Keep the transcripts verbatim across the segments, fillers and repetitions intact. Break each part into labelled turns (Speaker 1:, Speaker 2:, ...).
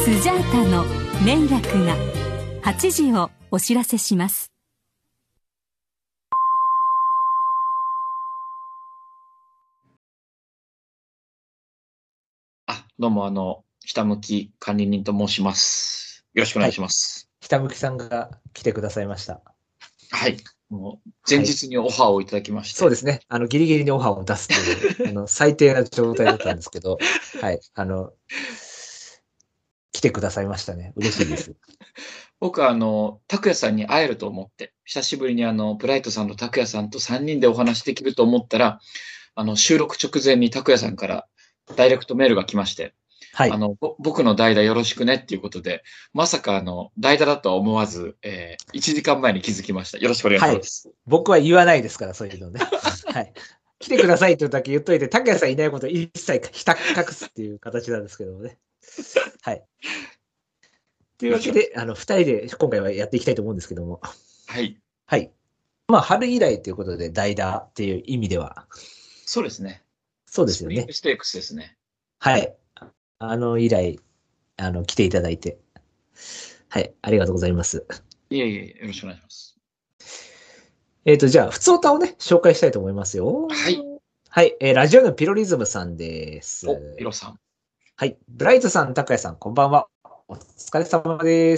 Speaker 1: スジャータの年略がはちじをお知らせします。
Speaker 2: あ、どうもあの、ひたむき管理人と申します。よろしくお願いします。
Speaker 3: ひたむきさんが来てくださいました。
Speaker 2: はい。もう前日にオファーをいただきまして。
Speaker 3: はい、そうですね。あの、ギリギリにオファーを出すという、あの、最低な状態だったんですけど、はい。あの、来てくださいましたね。嬉しいです。
Speaker 2: 僕はあの、拓也さんに会えると思って、久しぶりにあの、ブライトさんと拓也さんとさんにんでお話できると思ったら、あの、収録直前に拓也さんからダイレクトメールが来まして、はい。あの、僕の代打よろしくねっていうことで、まさかあの、代打だとは思わず、えー、いちじかんまえに気づきました。よろしくお願いします。
Speaker 3: はい。僕は言わないですから、そういうのね。はい。来てくださいとだけ言っといて、拓也さんいないことを一切ひた隠すっていう形なんですけどもね。はい。というわけで、あの、二人で今回はやっていきたいと思うんですけども。
Speaker 2: はい。
Speaker 3: はい。まあ、春以来ということで、代打っていう意味では。
Speaker 2: そうですね。
Speaker 3: そうですよね。
Speaker 2: スプリングステークスですね。
Speaker 3: はい。あの、以来、あの、来ていただいて。はい。ありがとうございます。
Speaker 2: いえいえ、よろしくお願いします。
Speaker 3: えっ、ー、と、じゃあ、普通歌をね、紹介したいと思いますよ。
Speaker 2: はい。
Speaker 3: はい。えー、ラジオのピロリズムさんです。
Speaker 2: お、ピロさん。
Speaker 3: はい。ブライトさん、高谷さん、こんばんは。お疲れ様です。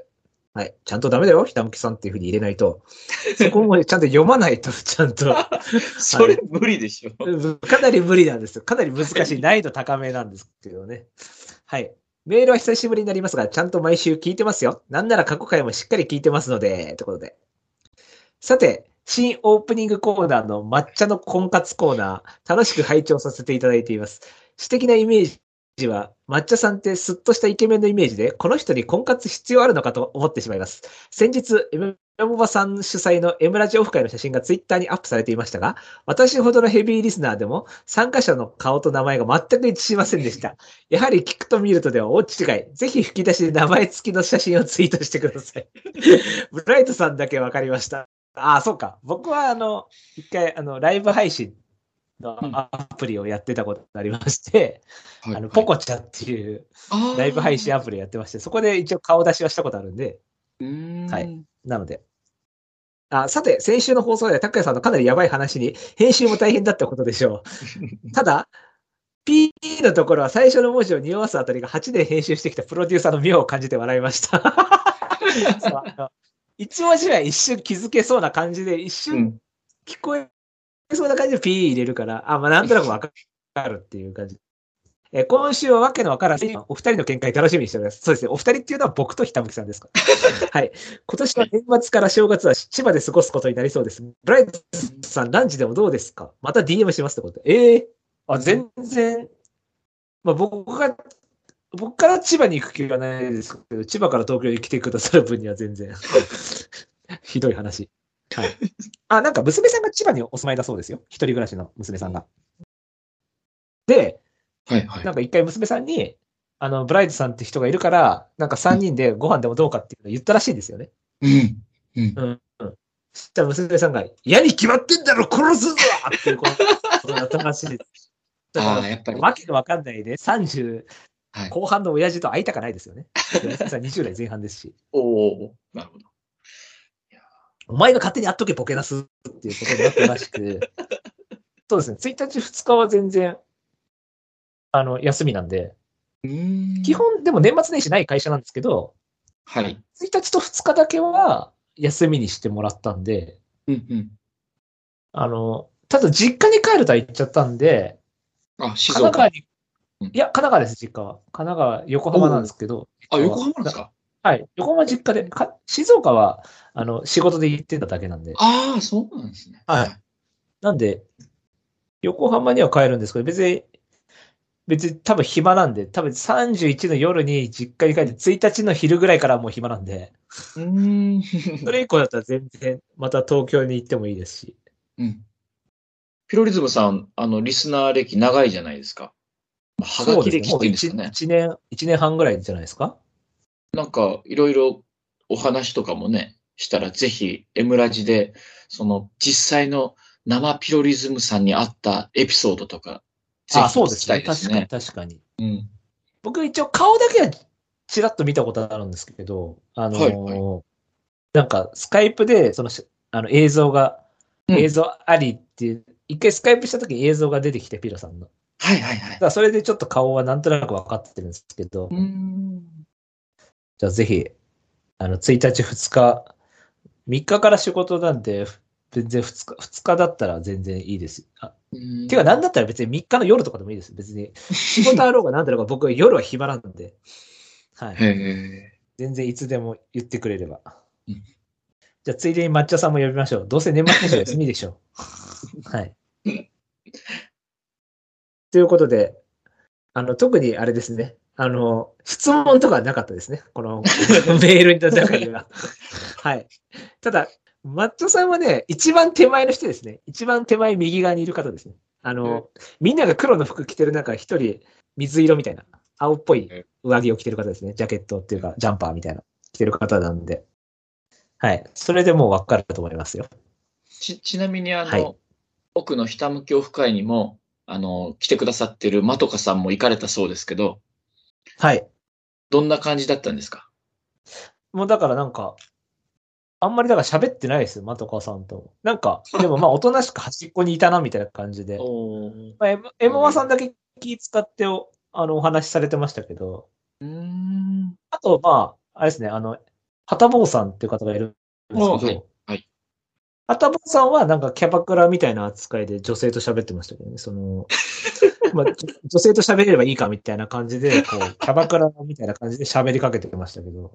Speaker 3: はい。ちゃんとダメだよ。ひたむきさんっていう風に入れないと。そこもちゃんと読まないと、ちゃんと。
Speaker 2: それ無理でしょ、
Speaker 3: はい。かなり無理なんですよ。かなり難しい。難易度高めなんですけどね。はい。メールは久しぶりになりますが、ちゃんと毎週聞いてますよ。なんなら過去回もしっかり聞いてますので、ということで。さて、新オープニングコーナーの抹茶の婚活コーナー、楽しく拝聴させていただいています。私的なイメージは、抹茶さんってスッとしたイケメンのイメージで、この人に婚活必要あるのかと思ってしまいます。先日、Mモバさん主催の M ラジオフ会の写真がツイッターにアップされていましたが、私ほどのヘビーリスナーでも参加者の顔と名前が全く一致しませんでした。やはり聞くと見るとでは大違い。ぜひ吹き出しで名前付きの写真をツイートしてください。ブライトさんだけ分かりました。ああ、そうか。僕はあの、一回あの、ライブ配信のアプリをやってたことがありまして、うん、あの、ポコチャっていうライブ配信アプリやってまして、そこで一応顔出しはしたことあるんで、
Speaker 2: うーん
Speaker 3: はい。なので。あ、さて、先週の放送で拓也さんのかなりやばい話に、編集も大変だったことでしょう。ただ、P のところは最初の文字を匂わすあたりがはちねん編集してきたプロデューサーの妙を感じて笑いました。そうあの一文字は一瞬気づけそうな感じで、一瞬聞こえそうな感じで P 入れるから、あ、まあなんとなくわかるっていう感じ。え今週はわけのわからないお二人の見解楽しみにしております。そうですね。お二人っていうのは僕とひたむきさんですか。はい。今年の年末から正月は千葉で過ごすことになりそうです。ブライトさん、ランチでもどうですか？また ディーエム しますってことで。ええー、あ、全然、まあ僕が、僕から千葉に行く気はないですけど、千葉から東京に来てくださる分には全然。ひどい話。はい。あ、なんか娘さんが千葉にお住まいだそうですよ。一人暮らしの娘さんが。で、
Speaker 2: はいはい、
Speaker 3: なんか一回娘さんに、あの、ブライトさんって人がいるから、なんかさんにんでご飯でもどうかっていうのを言ったらしいんですよね。
Speaker 2: うん。うん。
Speaker 3: うん。うん。そしたら娘さんが、嫌に決まってんだろ、殺すぞっていうことだったらしいです。ああ、やっぱり。わけのわかんないで、さんじゅう後半の親父と会いたくないですよね。娘さんにじゅう代前半ですし。
Speaker 2: おお、なるほど。
Speaker 3: お前が勝手にやっとけ、ボケなすっていうことになったらしく。そうですね、ついたちふつかは全然、あの、休みなんで、
Speaker 2: うん
Speaker 3: 基本、でも年末年始ない会社なんですけど、
Speaker 2: はい。
Speaker 3: ついたちとふつかだけは休みにしてもらったんで、
Speaker 2: うんうん、
Speaker 3: あの、ただ実家に帰るとは言っちゃったんで、
Speaker 2: あ、静
Speaker 3: 岡。神奈川に、
Speaker 2: うん、
Speaker 3: いや、神奈川です、実家は。神奈川、横浜なんですけど。
Speaker 2: あ、横浜なんですか？
Speaker 3: はい、横浜実家で、か静岡は、あの、仕事で行ってただけなんで。
Speaker 2: ああ、そうなんですね。
Speaker 3: はい。なんで、横浜には帰るんですけど、別に、別に多分暇なんで、多分さんじゅういちの夜に実家に帰って、ついたちの昼ぐらいからもう暇なんで、
Speaker 2: うーん
Speaker 3: それ以降だったら全然、また東京に行ってもいいですし。
Speaker 2: うん。ピロリズムさん、あの、リスナー歴長いじゃないですか。はがき歴っていうんですかね。
Speaker 3: いちねん、いちねんはんぐらいじゃないですか。
Speaker 2: なんか、いろいろお話とかもね、したら、ぜひ、Mラジで、その、実際の生ピロリズムさんにあったエピソードとか、ぜひ聞きたいですね。
Speaker 3: あ、そうですね。確かに、確かに。
Speaker 2: うん。
Speaker 3: 僕一応顔だけはちらっと見たことあるんですけど、あのー
Speaker 2: はいは
Speaker 3: なんか、スカイプで、そのし、あの、映像が、
Speaker 2: うん
Speaker 3: 映像ありっていう、一回スカイプした時に映像が出てきて、ピロさんの。だ
Speaker 2: はいはいはい。
Speaker 3: からそれでちょっと顔はなんとなく分かってるんですけど、
Speaker 2: うーん。
Speaker 3: じゃあぜひ、あの、ついたち、ふつか、みっかから仕事なんで、全然ふつか、ふつかだったら全然いいです。あ、
Speaker 2: うーん
Speaker 3: てか、なんだったら別にみっかの夜とかでもいいです。別に。仕事あろうがなんだろうが、僕は夜は暇なんで。はい。
Speaker 2: へえ。
Speaker 3: 全然いつでも言ってくれれば。
Speaker 2: うん
Speaker 3: じゃあ、ついでに抹茶さんも呼びましょう。どうせ年末年始休みでしょう。はい。ということで、あの、特にあれですね。あの、質問とかなかったですね。このメールの中には。はい。ただ、抹茶さんはね、一番手前の人ですね。一番手前右側にいる方ですね。あの、みんなが黒の服着てる中、一人水色みたいな、青っぽい上着を着てる方ですね。ジャケットっていうか、ジャンパーみたいな、着てる方なんで。はい。それでもう分かると思いますよ。
Speaker 2: ち、ちなみにあの、
Speaker 3: はい
Speaker 2: 奥のひたむきオフ会にも、あの、来てくださってるまとかさんも行かれたそうですけど、
Speaker 3: はい。
Speaker 2: どんな感じだったんですか？
Speaker 3: もうだからなんか、あんまりだから喋ってないですよ、まとかさんと。なんか、でもまあ、おとなしく端っこにいたな、みたいな感じで。
Speaker 2: おー。
Speaker 3: まあ、エエモマさんだけ気使っておあのお話しされてましたけど、
Speaker 2: うーん。
Speaker 3: あと、まあ、あれですね、あの、はたぼうさんっていう方がいるんですけど、
Speaker 2: おーはい。はい。
Speaker 3: はたぼうさんはなんかキャバクラみたいな扱いで女性と喋ってましたけどね、その、まあ、じょ女性と喋れればいいかみたいな感じで、こう、キャバクラみたいな感じで喋りかけてましたけど、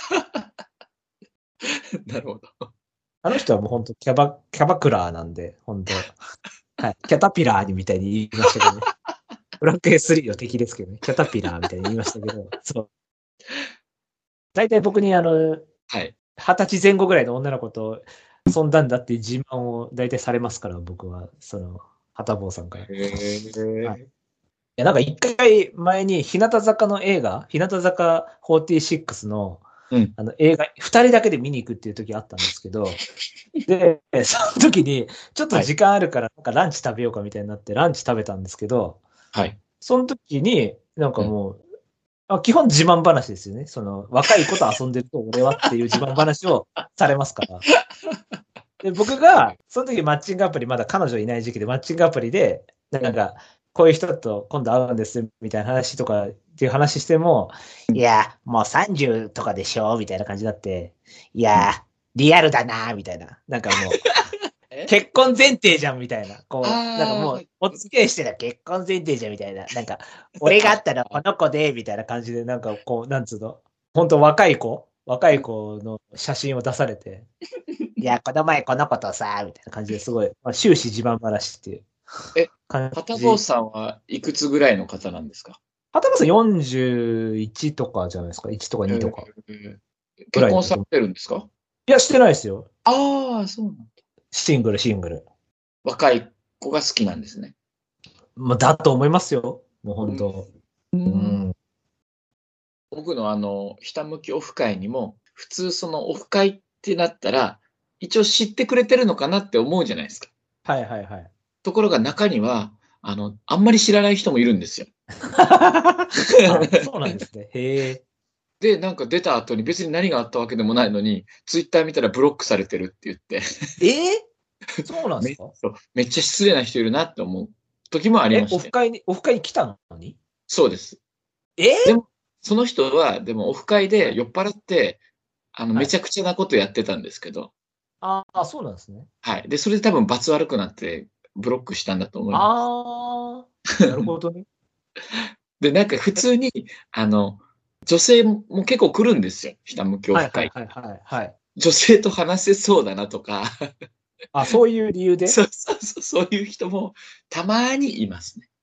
Speaker 2: なるほど。
Speaker 3: あの人はもう本当キャバ、キャバクラーなんで、本当はい。キャタピラーにみたいに言いましたけどね。ブラック エースリー の敵ですけどね。キャタピラーみたいに言いましたけど、そう。大体僕にあの、
Speaker 2: はい。
Speaker 3: 二十歳前後ぐらいの女の子と遊んだんだっていう自慢を大体されますから、僕は、その、はたぼうさんから。い
Speaker 2: へ
Speaker 3: はいや、なんか一回前に、日向坂の映画、日向坂フォーティーシックスの、
Speaker 2: うん
Speaker 3: あの映画、二人だけで見に行くっていう時あったんですけど、で、その時に、ちょっと時間あるから、なんかランチ食べようかみたいになって、ランチ食べたんですけど、
Speaker 2: はい。
Speaker 3: その時に、なんかもう、あ基本自慢話ですよね。その、若い子と遊んでると俺はっていう自慢話をされますから。で、僕が、その時マッチングアプリ、まだ彼女いない時期でマッチングアプリで、なんか、こういう人と今度会うんですみたいな話とかっていう話しても、いや、もうさんじゅうとかでしょみたいな感じになって、いや、リアルだなみたいな。なんかもう、
Speaker 2: え
Speaker 3: 結婚前提じゃんみたいな。こう、
Speaker 2: あー
Speaker 3: なんかもう、お付き合いしてたら結婚前提じゃんみたいな。なんか、俺があったらこの子で、みたいな感じで、なんかこう、なんつうの、本当若い子若い子の写真を出されて、いや、この前この子とさ、みたいな感じですごい、まあ、終始自慢話っていう
Speaker 2: え、
Speaker 3: 感じ。
Speaker 2: はたぼうさんはいくつぐらいの方なんですか？
Speaker 3: はたぼうさんよんじゅういちとかじゃないですか。いちとかにとか。
Speaker 2: えー結婚されてるんですか？
Speaker 3: いや、してないですよ。
Speaker 2: ああ、そうなんだ。
Speaker 3: シングル、シングル。
Speaker 2: 若い子が好きなんですね。
Speaker 3: まあ、だと思いますよ。もう本当。
Speaker 2: う
Speaker 3: うんん。
Speaker 2: 僕のあの、ひたむきオフ会にも、普通そのオフ会ってなったら、一応知ってくれてるのかなって思うじゃないですか。
Speaker 3: はいはいはい。
Speaker 2: ところが中には、あの、あんまり知らない人もいるんですよ。
Speaker 3: あ、そうなんですね。へえ。
Speaker 2: で、なんか出た後に別に何があったわけでもないのに、ツイッター見たらブロックされてるって言って、
Speaker 3: えー、そうなんで
Speaker 2: め
Speaker 3: すか？
Speaker 2: そうめっちゃ失礼な人いるなって思う時もあり
Speaker 3: え、
Speaker 2: まして。
Speaker 3: オフ会に、オフ会に来たのに
Speaker 2: そうです。
Speaker 3: えー、
Speaker 2: でも、その人は、でもオフ会で酔っ払って、あの、
Speaker 3: はい
Speaker 2: めちゃくちゃなことやってたんですけど、
Speaker 3: ああ、そうなんですね。
Speaker 2: はい。で、それで多分罰悪くなって、ブロックしたんだと思います。
Speaker 3: ああ、なるほどね。
Speaker 2: で、なんか普通に、あの、女性も結構来るんですよ。ひたむきオ
Speaker 3: はい
Speaker 2: フ会。
Speaker 3: はいはいはいはい。
Speaker 2: 女性と話せそうだなとか、
Speaker 3: あ、そういう理由で
Speaker 2: そうそうそう、そういう人もたまにいますね。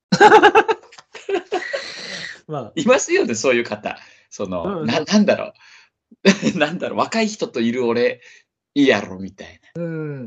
Speaker 3: ま
Speaker 2: いますよね、そういう方。そ
Speaker 3: あ、
Speaker 2: の、
Speaker 3: うん、
Speaker 2: な、なんだろう。なんだろう、若い人といる俺、いいやろ、みたい
Speaker 3: うん、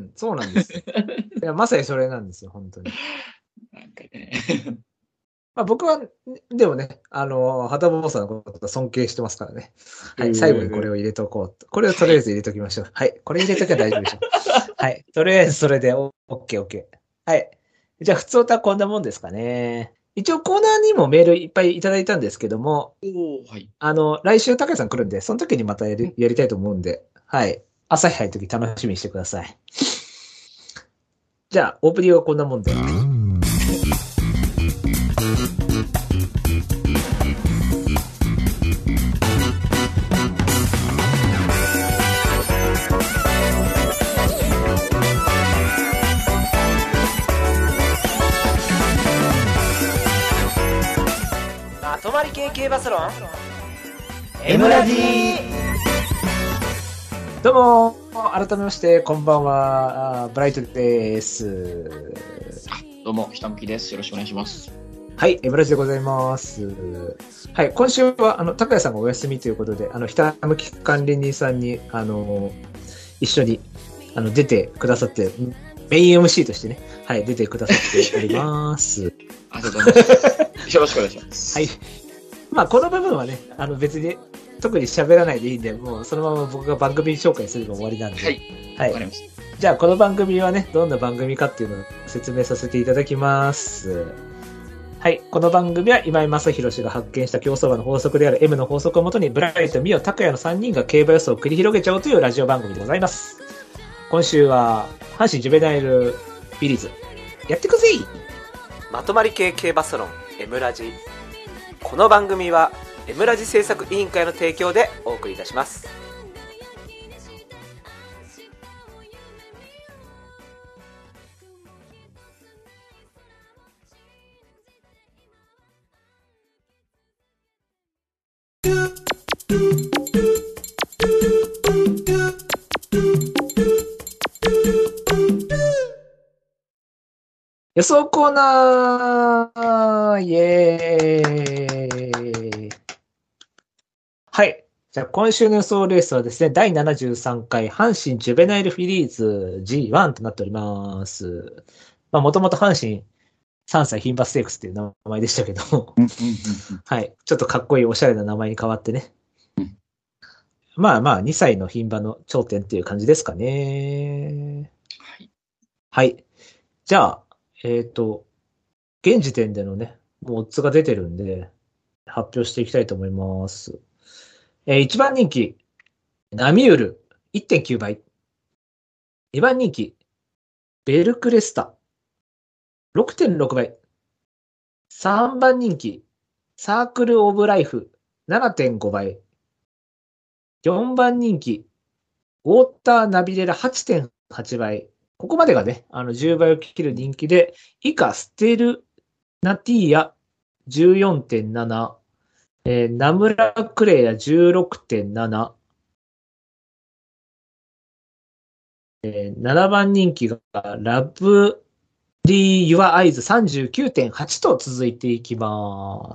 Speaker 3: そうなんですよ。いや、まさにそれなんですよ、本当に。
Speaker 2: な。なんかね。
Speaker 3: まあ、僕は、でもね、あの、はたぼうさんのこと尊敬してますからね。はい、
Speaker 2: へー
Speaker 3: 最後にこれを入れとこうと。これをとりあえず入れときましょう。はい、これ入れとけば大丈夫でしょう。はい、とりあえずそれでオッケーオッケー。はい。じゃあ、普通歌はこんなもんですかね。 一応コーナーにもメールいっぱいいただいたんですけども、
Speaker 2: おー、はい。
Speaker 3: あの、来週高谷さん来るんで、その時にまたやりやりたいと思うんで、はい。朝日杯の時楽しみにしてください。じゃあ、オープニングはこんなもんで。
Speaker 4: まとまり系系バスロン
Speaker 3: M ラジどうも、改めまして、こんばんは、ブライトです。
Speaker 2: どうも、ひたむきです。よろしくお願いします。
Speaker 3: はい、M ラジでございます。はい、今週は、あの、高谷さんがお休みということで、あの、ひたむき管理人さんに、あの、一緒に、あの、出てくださって、メイン エムシー としてね、はい、出てくださっております。
Speaker 2: ありがとうございます。よろしくお願いします。
Speaker 3: はい。まあ、この部分はね、あの、別に、特に喋らないでいいんで、もうそのまま僕が番組紹介すれば終わりなんで。
Speaker 2: はい。
Speaker 3: はい。
Speaker 2: わかりました。
Speaker 3: じゃあ、この番組はね、どんな番組かっていうのを説明させていただきます。はい。この番組は今井正弘氏が発見した競走馬の法則である M の法則をもとに、ブライト、ミオ、タクヤのさんにんが競馬予想を繰り広げちゃおうというラジオ番組でございます。今週は、阪神ジュベナイルフィリーズ、やってくぜい。
Speaker 4: まとまり系系バスロン M ラジ。この番組は M ラジ制作委員会の提供でお送りいたします。
Speaker 3: 予想コーナーイエーイ。はい。じゃあ今週の予想レースはですね、だいななじゅうさんかい阪神ジュベナイルフィリーズ ジーワン となっております。まあもともと阪神さんさい牝馬ステークスっていう名前でしたけど、はい。ちょっとかっこいいおしゃれな名前に変わってね。まあまあにさいの牝馬の頂点っていう感じですかね。
Speaker 2: はい。
Speaker 3: はい。じゃあ、えっと、現時点でのね、もうオッズが出てるんで、発表していきたいと思います。えー、いちばん人気、ナミュール、いってんきゅうばい。にばん人気、ベルクレスタ、ろくてんろくばい。さんばん人気、サークルオブライフ、ななてんごばい。よんばん人気、ウォーターナビレラ はちてんはちばい。ここまでがね、あのじゅうばいを切る人気で、以下、ステルナティーヤ じゅうよんてんなな、えー、ナムラクレア じゅうろくてんなな、えー、ななばん人気がラブリー・ユア・アイズ さんじゅうきゅうてんはち と続いていきます。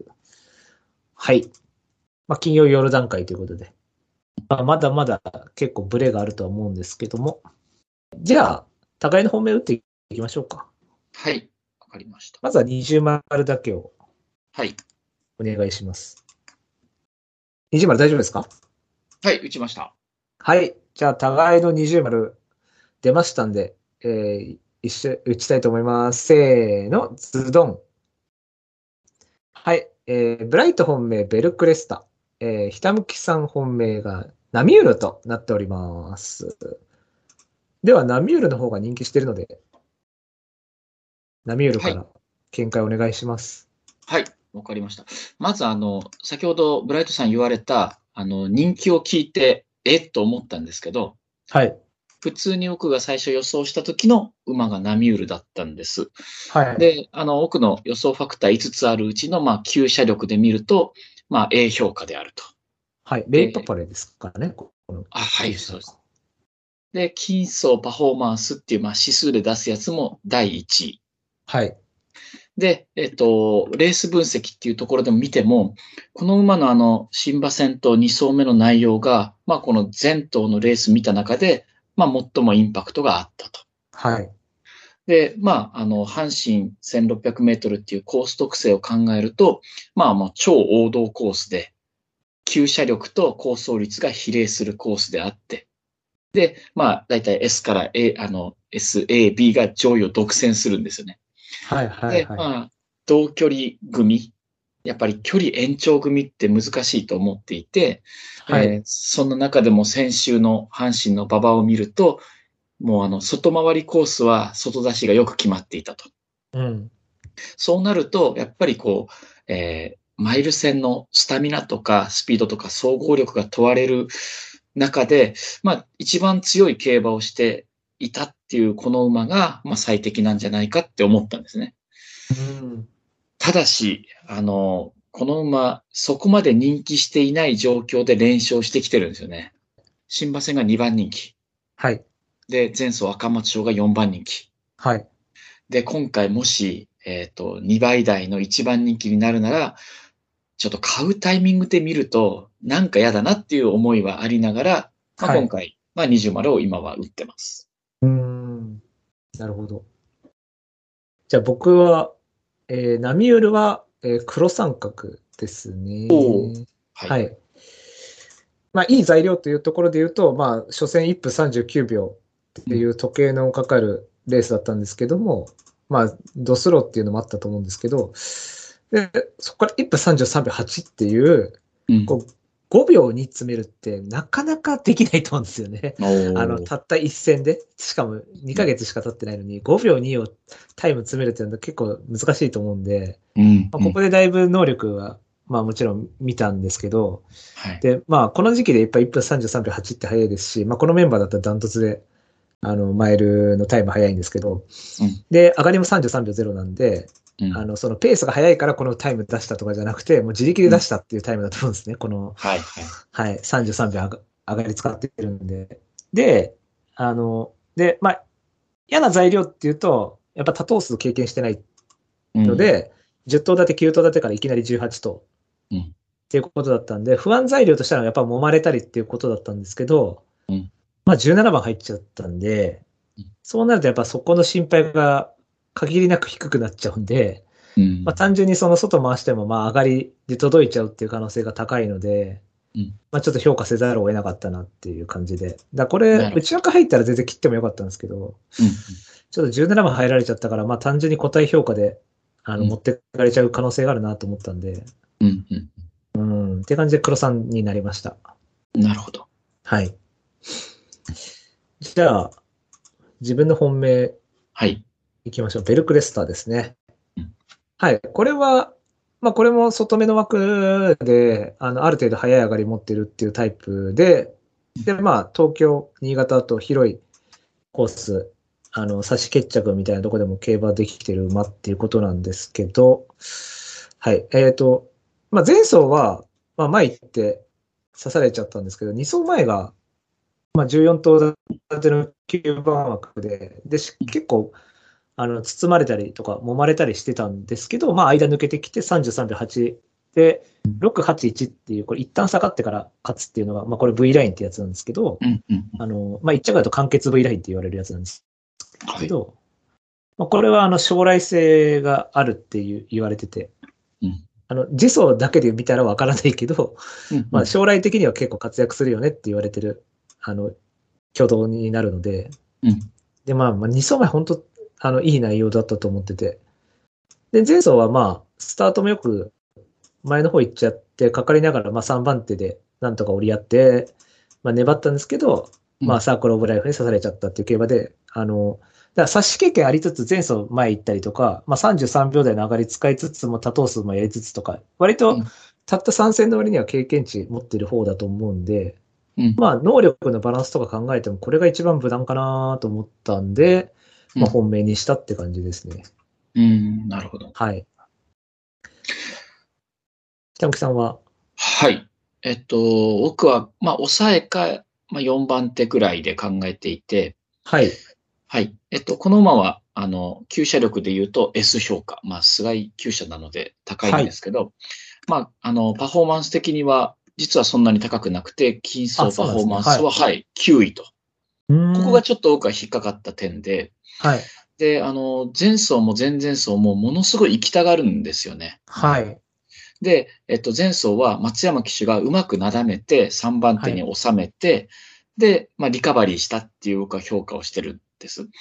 Speaker 3: はい。まあ、金曜夜段階ということで。まあ、まだまだ結構ブレがあるとは思うんですけども。じゃあ、互いの本命打っていきましょうか。
Speaker 2: はい。わかりました。
Speaker 3: まずは二重丸だけを。
Speaker 2: はい。
Speaker 3: お願いします。二重丸大丈夫ですか？
Speaker 2: はい、打ちました。
Speaker 3: はい。じゃあ、互いの二重丸出ましたんで、えー、一緒、打ちたいと思います。せーの、ズドン。はい。えー、ブライト本命、ベルクレスタ。えー、ひたむきさん本命が、ナミュールとなっております。では、ナミュールの方が人気しているので、ナミュールから見解お願いします。
Speaker 2: はい、わかりました。まず、あの、先ほどブライトさん言われた、あの、人気を聞いて、えっと思ったんですけど、
Speaker 3: はい。
Speaker 2: 普通に奥が最初予想した時の馬がナミュールだったんです。
Speaker 3: はい。
Speaker 2: で、あの、奥の予想ファクターいつつあるうちの、まあ、きゅう車力で見ると、まあ、A 評価であると。
Speaker 3: はい。レイパパレですかね。この
Speaker 2: あ、はい、そうです。で、金層パフォーマンスっていう、まあ、指数で出すやつもだいいちい。
Speaker 3: はい。
Speaker 2: で、えっと、レース分析っていうところでも見ても、この馬のあの、新馬戦とに走目の内容が、まあ、この全頭のレース見た中で、まあ、最もインパクトがあったと。
Speaker 3: はい。
Speaker 2: で、まあ、あの、阪神せんろっぴゃくメートルっていうコース特性を考えると、まあ、もう超王道コースで、急車力と構想率が比例するコースであって、で、まあ、だいたい S から A、あの、エス、A、B が上位を独占するんですよね。
Speaker 3: はい、はい、
Speaker 2: で、
Speaker 3: はい。
Speaker 2: まあ、 同距離組、やっぱり距離延長組って難しいと思っていて、
Speaker 3: はい。
Speaker 2: えーその中でも先週の阪神の馬場を見ると、もうあの、外回りコースは外出しがよく決まっていたと。
Speaker 3: うん。
Speaker 2: そうなると、やっぱりこう、えーマイル戦のスタミナとかスピードとか総合力が問われる中で、まあ、一番強い競馬をしていたっていうこの馬が、まあ、最適なんじゃないかって思ったんですね。
Speaker 3: うん。
Speaker 2: ただし、あの、この馬、そこまで人気していない状況で連勝してきてるんですよね。新馬戦がにばん人気。
Speaker 3: はい。
Speaker 2: で、前走赤松賞がよんばん人気。
Speaker 3: はい。
Speaker 2: で、今回もし、えっと、にばい台のいちばん人気になるなら、ちょっと買うタイミングで見ると、なんか嫌だなっていう思いはありながら、まあ、
Speaker 3: はい
Speaker 2: 今回、まあ、にじゅう丸を今は打ってます。
Speaker 3: うーん。なるほど。じゃあ僕は、えー、ナミウルは、えー黒三角ですね。
Speaker 2: おーはい。
Speaker 3: はい。まあ、いい材料というところで言うと、まあ、初戦いっぷんさんじゅうきゅうびょうっていう時計のかかるレースだったんですけども、まあ、ドスローっていうのもあったと思うんですけど、で、そこからいっぷんさんじゅうさんびょうはちっていう、
Speaker 2: うん
Speaker 3: こう、ごびょうに詰めるってなかなかできないと思うんですよね。
Speaker 2: おー
Speaker 3: あの、たった一戦で、しかもにかげつしか経ってないのに、ごびょうにをタイム詰めるっていうのは結構難しいと思うんで、
Speaker 2: うん
Speaker 3: まあ、ここでだいぶ能力は、まあもちろん見たんですけど、
Speaker 2: はい。
Speaker 3: で、まあこの時期でやっぱりいっぷんさんじゅうさんびょうはちって早いですし、まあこのメンバーだったらダントツで、あの、マイルのタイム早いんですけど、
Speaker 2: うん
Speaker 3: で、上がりもさんじゅうさんびょうゼロなんで、
Speaker 2: うん
Speaker 3: あの、そのペースが速いからこのタイム出したとかじゃなくて、もう自力で出したっていうタイムだと思うんですね。この、
Speaker 2: はい、はい。
Speaker 3: はい、さんじゅうさんびょう上が上がり使ってるんで。で、あの、で、まあ、嫌な材料っていうと、やっぱ多頭数経験してない
Speaker 2: うん
Speaker 3: の、で、じゅっ頭立て、きゅう頭立てからいきなりじゅうはち頭
Speaker 2: うん
Speaker 3: っていうことだったんで、不安材料としたらやっぱ揉まれたりっていうことだったんですけど、
Speaker 2: うん
Speaker 3: まあじゅうななばん入っちゃったんで
Speaker 2: うん、
Speaker 3: そうなるとやっぱそこの心配が限りなく低くなっちゃうんで、
Speaker 2: うん
Speaker 3: まあ、単純にその外回してもまあ上がりで届いちゃうっていう可能性が高いので、
Speaker 2: うん
Speaker 3: まあちょっと評価せざるを得なかったなっていう感じで。だからこれ、
Speaker 2: なるほど
Speaker 3: 内枠入ったら全然切ってもよかったんですけど、
Speaker 2: うん
Speaker 3: ちょっとじゅうななばん入られちゃったから、まあ単純に個体評価で、あの、
Speaker 2: うん
Speaker 3: 持ってかれちゃう可能性があるなと思ったんで、
Speaker 2: うんうん
Speaker 3: うん、って感じで黒さんになりました。
Speaker 2: うんなるほど。
Speaker 3: はい。じゃあ、自分の本命
Speaker 2: はい。
Speaker 3: いきましょう。ベルクレスターですね
Speaker 2: うん。
Speaker 3: はい。これは、まあこれも外目の枠で、あの、ある程度早い上がり持ってるっていうタイプで、で、まあ東京、新潟と広いコース、あの、差し決着みたいなとこでも競馬できてる馬っていうことなんですけど、はい。えっと、まあ前走は、まあ前行って刺されちゃったんですけど、に走前が、まあじゅうよん頭立てのきゅうばん枠で、で、し結構、あの、包まれたりとか、揉まれたりしてたんですけど、まあ、間抜けてきてさんじゅうさんびょうはちで、ろくはちいちっていう、これ一旦下がってから勝つっていうのが、まあ、これ V ラインってやつなんですけど、
Speaker 2: うんうん
Speaker 3: あの、まあ、一着だと完結 V ラインって言われるやつなんですけど、まあ、これは、あの、将来性があるっていう言われてて、
Speaker 2: うん
Speaker 3: あの、次走だけで見たらわからないけど、
Speaker 2: うん
Speaker 3: まあ、将来的には結構活躍するよねって言われてる、あの、挙動になるので、
Speaker 2: うん
Speaker 3: で、まあ、まあ、に走前本当あの、いい内容だったと思ってて。で、前走はまあ、スタートもよく前の方行っちゃって、かかりながら、まあさんばん手でなんとか折り合って、まあ粘ったんですけど、
Speaker 2: うん
Speaker 3: まあサークルオブライフに刺されちゃったっていう競馬で、あの、だから差し経験ありつつ前走前行ったりとか、まあさんじゅうさんびょう台の上がり使いつつも多頭数もやりつつとか、割と
Speaker 2: うん
Speaker 3: たったさん戦の割には経験値持ってる方だと思うんで、
Speaker 2: うん
Speaker 3: まあ能力のバランスとか考えてもこれが一番無難かなと思ったんで、まあ、本命にしたって感じですね。
Speaker 2: うんなるほど。
Speaker 3: はい。北向さんは
Speaker 2: はい。えっと、僕は、まあ、抑えか、まあ、よんばん手くらいで考えていて、
Speaker 3: はい。
Speaker 2: はい。えっと、この馬は、あの、厩舎力で言うと S 評価。まあ、菅井厩舎なので高いんですけど、まあ、あの、パフォーマンス的には、実はそんなに高くなくて、金層パフォーマンスは、はい、きゅういと。ここがちょっと僕は引っかかった点で、
Speaker 3: はい。
Speaker 2: で、あの、前走も前々走もものすごい行きたがるんですよね。
Speaker 3: はい。
Speaker 2: で、えっと、前走は松山騎手がうまくなだめてさんばん手に収めて、で、まあ、リカバリーしたっていう僕は評価をしてるんです。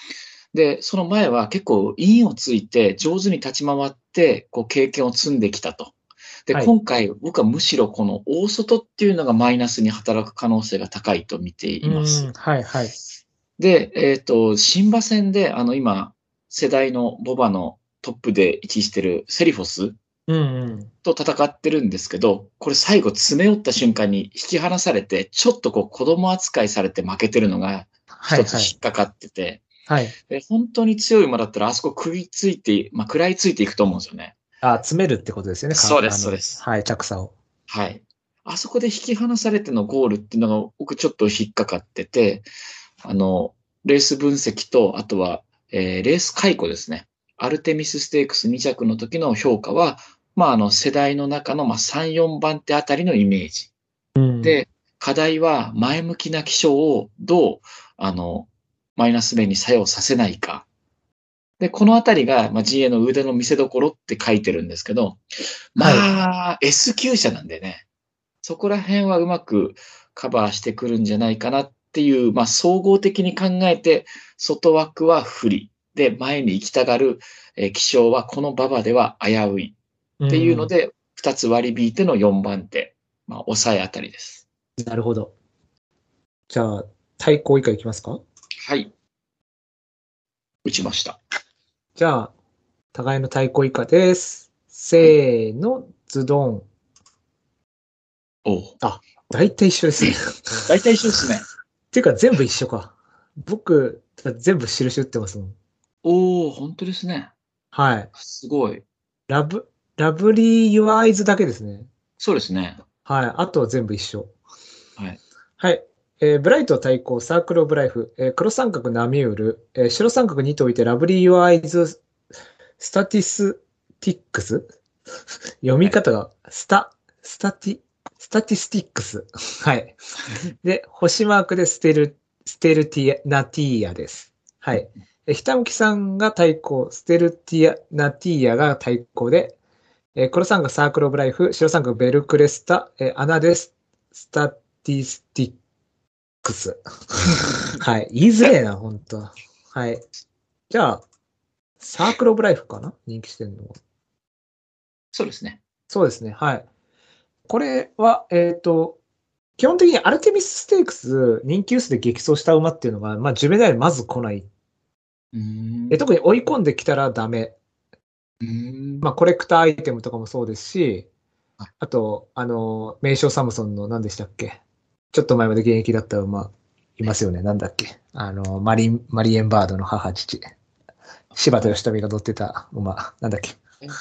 Speaker 2: で、その前は結構インをついて上手に立ち回って、こう経験を積んできたと。で、
Speaker 3: はい
Speaker 2: 今回僕はむしろこの大外っていうのがマイナスに働く可能性が高いと見ていま
Speaker 3: う
Speaker 2: す
Speaker 3: ん。。はいはい。
Speaker 2: で、えっと、新馬戦で、あの今、世代のボバのトップで位置してるセリフォス
Speaker 3: うんうん。
Speaker 2: と戦ってるんですけど、これ最後詰め寄った瞬間に引き離されて、ちょっとこう子供扱いされて負けてるのが
Speaker 3: はい
Speaker 2: 一つ引っかかってて、
Speaker 3: はい。
Speaker 2: で本当に強い馬だったらあそこ食いついて、まあ、食らいついていくと思うんですよね。
Speaker 3: あ、詰めるってことですよね。か
Speaker 2: そうです
Speaker 3: あの
Speaker 2: そうです
Speaker 3: はい、着差を。
Speaker 2: はい。あそこで引き離されてのゴールっていうのが僕ちょっと引っかかってて、あの、レース分析と、あとは、えーレース解雇ですね。アルテミスステークスに着の時の評価は、まあ、あの、世代の中の、まあ、さん、よんばん手あたりのイメージ。
Speaker 3: うん、
Speaker 2: で、課題は前向きな気象をどう、あの、マイナス面に作用させないか。で、このあたりが、まあ、ジーエー の腕の見せ所って書いてるんですけど、まあ、S 級者なんでね、そこら辺はうまくカバーしてくるんじゃないかなっていう、まあ、総合的に考えて、外枠は不利。で、前に行きたがる、えー、気象はこの馬場では危うい。っていうので、二つ割り引いてのよんばん手。まあ、抑えあたりです。
Speaker 3: うん、なるほど。じゃあ、対抗以下いきますか？
Speaker 2: はい。打ちました。
Speaker 3: じゃあ、互いの対抗以下です。せーの、ズドン。
Speaker 2: おう。
Speaker 3: あ、大体一緒ですね。
Speaker 2: 大体一緒ですね。
Speaker 3: っていうか全部一緒か。僕、全部印打ってますもん。
Speaker 2: おー、本当ですね。
Speaker 3: はい。
Speaker 2: すごい。
Speaker 3: ラブ、ラブリー・ユア・アイズだけですね。
Speaker 2: そうですね。
Speaker 3: はい。あとは全部一緒。
Speaker 2: はい。
Speaker 3: はい。えーブライト対抗サークルオブライフ、えー黒三角ナミウル、えー白三角にと置いてラブリー・ユア・アイズ・スタティスティックス読み方が、スタ、スタティ、スタティスティックス。はい。で、星マークでステル、ステルティア、ナティーヤです。はい。えひたむきさんが対抗、ステルティア、ナティーヤが対抗で、えー黒三角サークルオブライフ、白三角ベルクレスタ、えーアナデス、スタティスティックス。はい。言いづれえな、ほんと。はい。じゃあ、サークルオブライフかな人気してるのは。
Speaker 2: そうですね。
Speaker 3: そうですね。はい。これは、えっと、基本的にアルテミスステークス、人気薄で激走した馬っていうのが、まあ、ジュベナイルまず来ない。
Speaker 2: うーん
Speaker 3: え特に追い込んできたらダメ。
Speaker 2: うーん
Speaker 3: まあ、コレクターアイテムとかもそうですし
Speaker 2: はい、
Speaker 3: あと、あの、名将サムソンの何でしたっけちょっと前まで現役だった馬、いますよね。なんだっけあの、マリン、マリエンバードの母、父。柴田義富が乗ってた馬。なんだっけ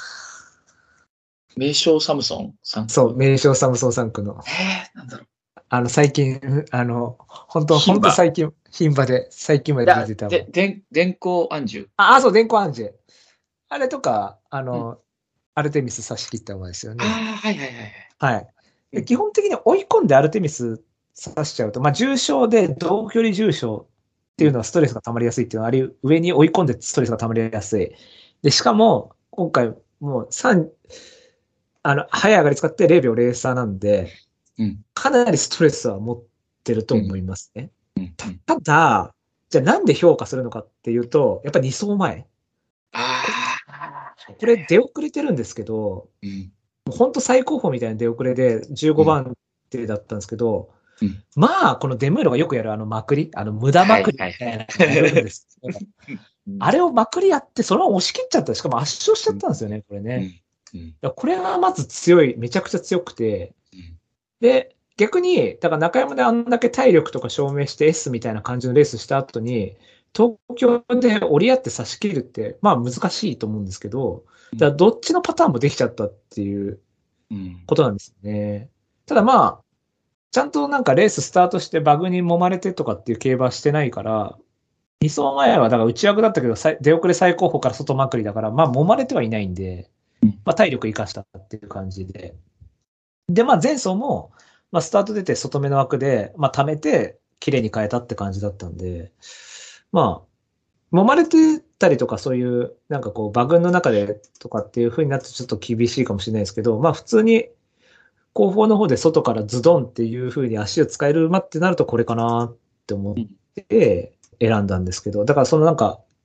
Speaker 2: 名将サムソンさん。
Speaker 3: そう、名将サムソンさん区の。
Speaker 2: えー、なんだろう。
Speaker 3: あの、最近、あの、本当
Speaker 2: 牝馬
Speaker 3: 本当最近、牝馬で、最近ま
Speaker 2: いや、
Speaker 3: で出てた馬
Speaker 2: で、で、電光暗示。
Speaker 3: あ、あそう、電光アンジェ。あれとか、あの、アルテミス差し切った馬ですよね。
Speaker 2: ああ、はいはいはいはい。
Speaker 3: はい。で基本的に追い込んでアルテミス刺しちゃうと、まあ、重症で同距離重症っていうのはストレスが溜まりやすいっていうのは、ある上に追い込んでストレスが溜まりやすい。で、しかも、今回もうさん、あの、早い上がり使ってれいびょうゼロさんなんで、
Speaker 2: うん。
Speaker 3: かなりストレスは持ってると思いますね。
Speaker 2: うん。うん
Speaker 3: ただ、じゃあなんで評価するのかっていうと、やっぱりに走前。
Speaker 2: ああ。
Speaker 3: これ出遅れてるんですけど、
Speaker 2: うん。
Speaker 3: 本当最高峰みたいな出遅れでじゅうごばん手だったんですけど、
Speaker 2: うん
Speaker 3: まあ、このデムーロがよくやるあのまくり、あの無駄まくりみたいなのやるんです。あれをまくりやって、そのまま押し切っちゃった。しかも圧勝しちゃったんですよね、これね。
Speaker 2: うん。うん。
Speaker 3: いやこれがまず強い、めちゃくちゃ強くて、で、逆に、だから中山であんだけ体力とか証明して S みたいな感じのレースした後に、東京で折り合って差し切るって、まあ難しいと思うんですけど、だからどっちのパターンもできちゃったっていう
Speaker 2: うん。
Speaker 3: ことなんですよね。ただまあ、ちゃんとなんかレーススタートしてバグに揉まれてとかっていう競馬はしてないから、に走前はだから内枠だったけど、さい出遅れ最高峰から外まくりだから、まあ揉まれてはいないんで、まあ体力生かしたっていう感じで。で、まあ前走も、まあスタート出て外目の枠で、まあ溜めて綺麗に変えたって感じだったんで、まあ、揉まれてたりとかそういうなんかこうバグの中でとかっていう風になってちょっと厳しいかもしれないですけど、まあ普通に後方の方で外からズドンっていう風に足を使える馬ってなるとこれかなって思って選んだんですけど、だからそのなんか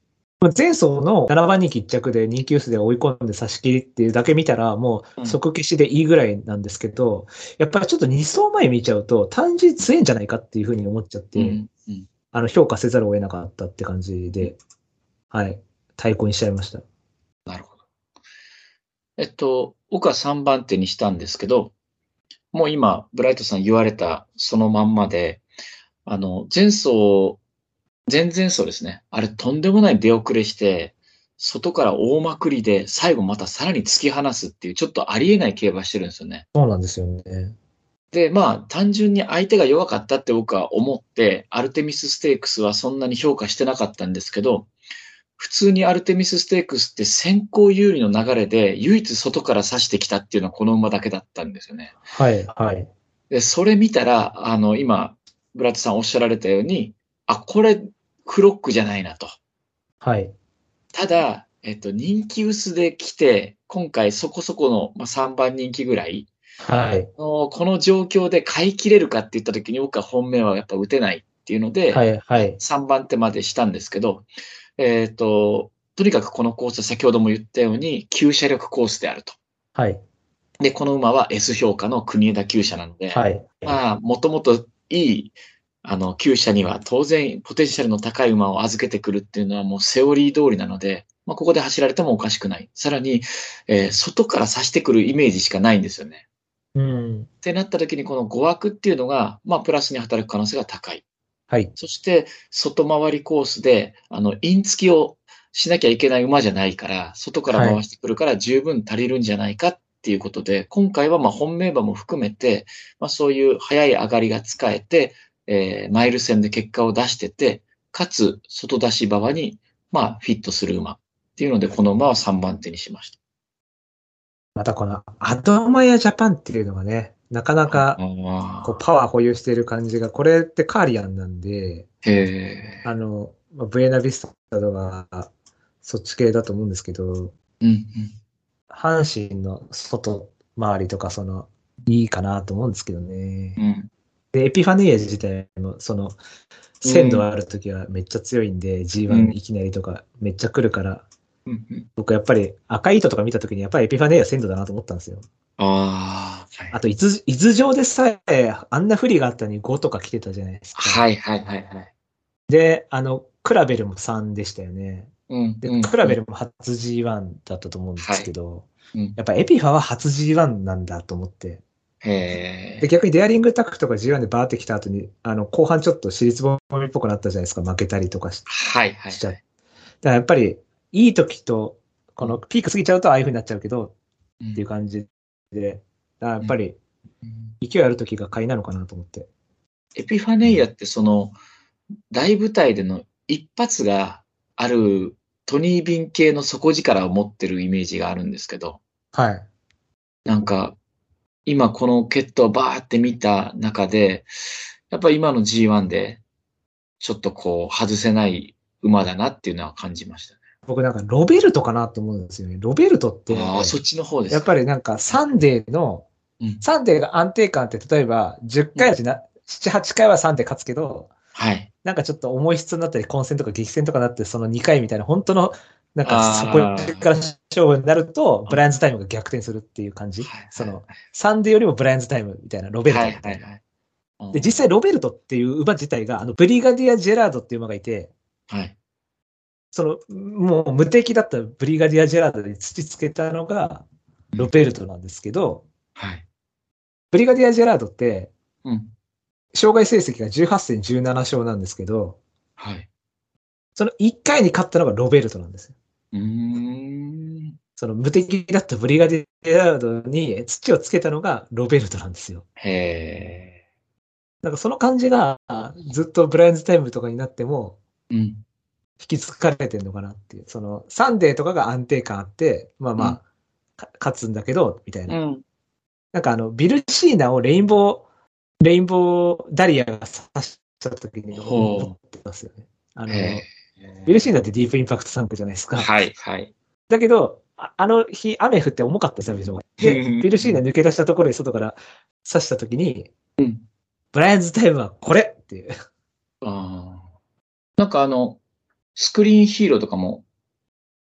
Speaker 3: もう前走のななばん人気いっ着で人気薄で追い込んで差し切りっていうだけ見たら、もう即消しでいいぐらいなんですけど、うん、やっぱりちょっとに走前見ちゃうと単純に強いんじゃないかっていうふうに思っちゃって、うんうん、あの評価せざるを得なかったって感じで、はい、対抗にしちゃいました。
Speaker 2: なるほど。えっと、僕はさんばん手にしたんですけど、もう今、ブライトさん言われたそのまんまで、あの、前走、前々走ですね。あれ、とんでもない出遅れして、外から大まくりで、最後またさらに突き放すっていう、ちょっとありえない競馬してるんですよね。
Speaker 3: そうなんですよね。
Speaker 2: で、まあ、単純に相手が弱かったって僕は思って、アルテミスステークスはそんなに評価してなかったんですけど、普通にアルテミスステークスって先行有利の流れで、唯一外から差してきたっていうのはこの馬だけだったんですよね。
Speaker 3: はい、はい。
Speaker 2: で、それ見たら、あの、今、ブラッドさんおっしゃられたように、あ、これ、クロックじゃないなと。
Speaker 3: はい。
Speaker 2: ただ、えっと、人気薄で来て、今回そこそこの、まあ、さんばん人気ぐらい、
Speaker 3: はい。
Speaker 2: この状況で買い切れるかって言った時に僕は本命はやっぱ打てないっていうので、
Speaker 3: はい、はい。
Speaker 2: さんばん手までしたんですけど、えっと、とにかくこのコースは先ほども言ったように、急車力コースであると。
Speaker 3: はい。
Speaker 2: で、この馬は エス 評価の国枝厩舎なので、
Speaker 3: はい。
Speaker 2: まあ、もともといい、あの、厩舎には当然ポテンシャルの高い馬を預けてくるっていうのはもうセオリー通りなので、まあ、ここで走られてもおかしくない。さらに、えー、外から差してくるイメージしかないんですよね。
Speaker 3: うん。
Speaker 2: ってなった時にこのご枠っていうのが、まあ、プラスに働く可能性が高い。
Speaker 3: はい。
Speaker 2: そして、外回りコースで、あの、イン付きをしなきゃいけない馬じゃないから、外から回してくるから十分足りるんじゃないかっていうことで、はい、今回はまあ本命馬も含めて、まあそういう早い上がりが使えて、えー、マイル戦で結果を出してて、かつ外出し馬場に、まあフィットする馬っていうので、この馬はさんばん手にしました。
Speaker 3: またこのアドマイヤジャパンっていうのがね、なかなかこうパワー保有している感じが、これってカーリアンなんで、
Speaker 2: へ
Speaker 3: あの、ブエナビスタとか、そっち系だと思うんですけど、
Speaker 2: うんうん、
Speaker 3: 阪神の外回りとか、その、いいかなと思うんですけどね。
Speaker 2: うん、
Speaker 3: で、エピファネイア自体も、その、鮮度あるときはめっちゃ強いんで、うん、ジーワン いきなりとかめっちゃ来るから、
Speaker 2: うんうん、
Speaker 3: 僕やっぱり赤い糸とか見たときに、やっぱりエピファネイア鮮度だなと思ったんですよ。
Speaker 2: ああ、はい、
Speaker 3: あと、伊豆、伊豆城でさえ、あんな不利があったのにごとか来てたじゃないですか。
Speaker 2: はいはいはいはい。
Speaker 3: で、あの、クラベルもさんでしたよね。
Speaker 2: うん、
Speaker 3: で、クラベルも初 ジーワン だったと思うんですけど、はいうん、やっぱエピファは初 ジーワン なんだと思って。
Speaker 2: へ
Speaker 3: で、逆にデアリングタクとか ジーワン でバーってきた後に、あの、後半ちょっと私立ボミっぽくなったじゃないですか、負けたりとかし,、
Speaker 2: はいはいはい、
Speaker 3: しちゃう。だからやっぱり、いい時と、このピーク過ぎちゃうとああいう風になっちゃうけど、うん、っていう感じで、だからやっぱり、勢いある時が買いなのかなと思って。
Speaker 2: エピファネイアってその、大舞台での一発があるトニービン系の底力を持ってるイメージがあるんですけど。
Speaker 3: はい。
Speaker 2: なんか、今このケットをバーって見た中で、やっぱ今の ジーワン で、ちょっとこう、外せない馬だなっていうのは感じましたね。
Speaker 3: 僕なんかロベルトかなと思うんですよね。ロベルトって。
Speaker 2: ああ、そっちの方ですか。
Speaker 3: やっぱりなんかサンデーの、うん、サンデーが安定感って例えばじゅっかいうちな、うん、なな、はちかいはサンデー勝つけど、
Speaker 2: はい。
Speaker 3: なんかちょっと重い質になったり、混戦とか激戦とかになって、そのにかいみたいな、本当の、なんかそこから勝負になると、ブライアンズタイムが逆転するっていう感じ。はいはい、その、サンデーよりもブライアンズタイムみたいな、ロベルトみたいな。はいはいはい、で、実際ロベルトっていう馬自体が、あの、ブリガディア・ジェラードっていう馬がいて、
Speaker 2: はい。
Speaker 3: その、もう無敵だったブリガディア・ジェラードに土つけたのが、ロベルトなんですけど、
Speaker 2: うん、はい。
Speaker 3: ブリガディア・ジェラードって、
Speaker 2: うん。
Speaker 3: 生涯成績がじゅうはち戦じゅうなな勝なんですけど、
Speaker 2: はい。
Speaker 3: そのいっかいに勝ったのがロベルトなんですよ。
Speaker 2: うーん。
Speaker 3: その無敵だったブリガディラードに土をつけたのがロベルトなんですよ。
Speaker 2: へ
Speaker 3: ー。なんかその感じがずっとブライアンズタイムとかになっても、引き継がれてるのかなっていう。そのサンデーとかが安定感あって、まあまあ、うん、勝つんだけど、みたいな。うん、なんかあの、ビルシーナをレインボー、レインボーダリアが刺した時に思ってますよね。あの、ビルシーナってディープインパクトタンクじゃないですか。
Speaker 2: はいはい。
Speaker 3: だけど、あ, あの日雨降って重かったですよ、ビルシーナ。で、ビルシーナ抜け出したところに外から刺した時に、うん、ブライアンズタイムはこれっていう。
Speaker 2: あなんかあの、スクリーンヒーローとかも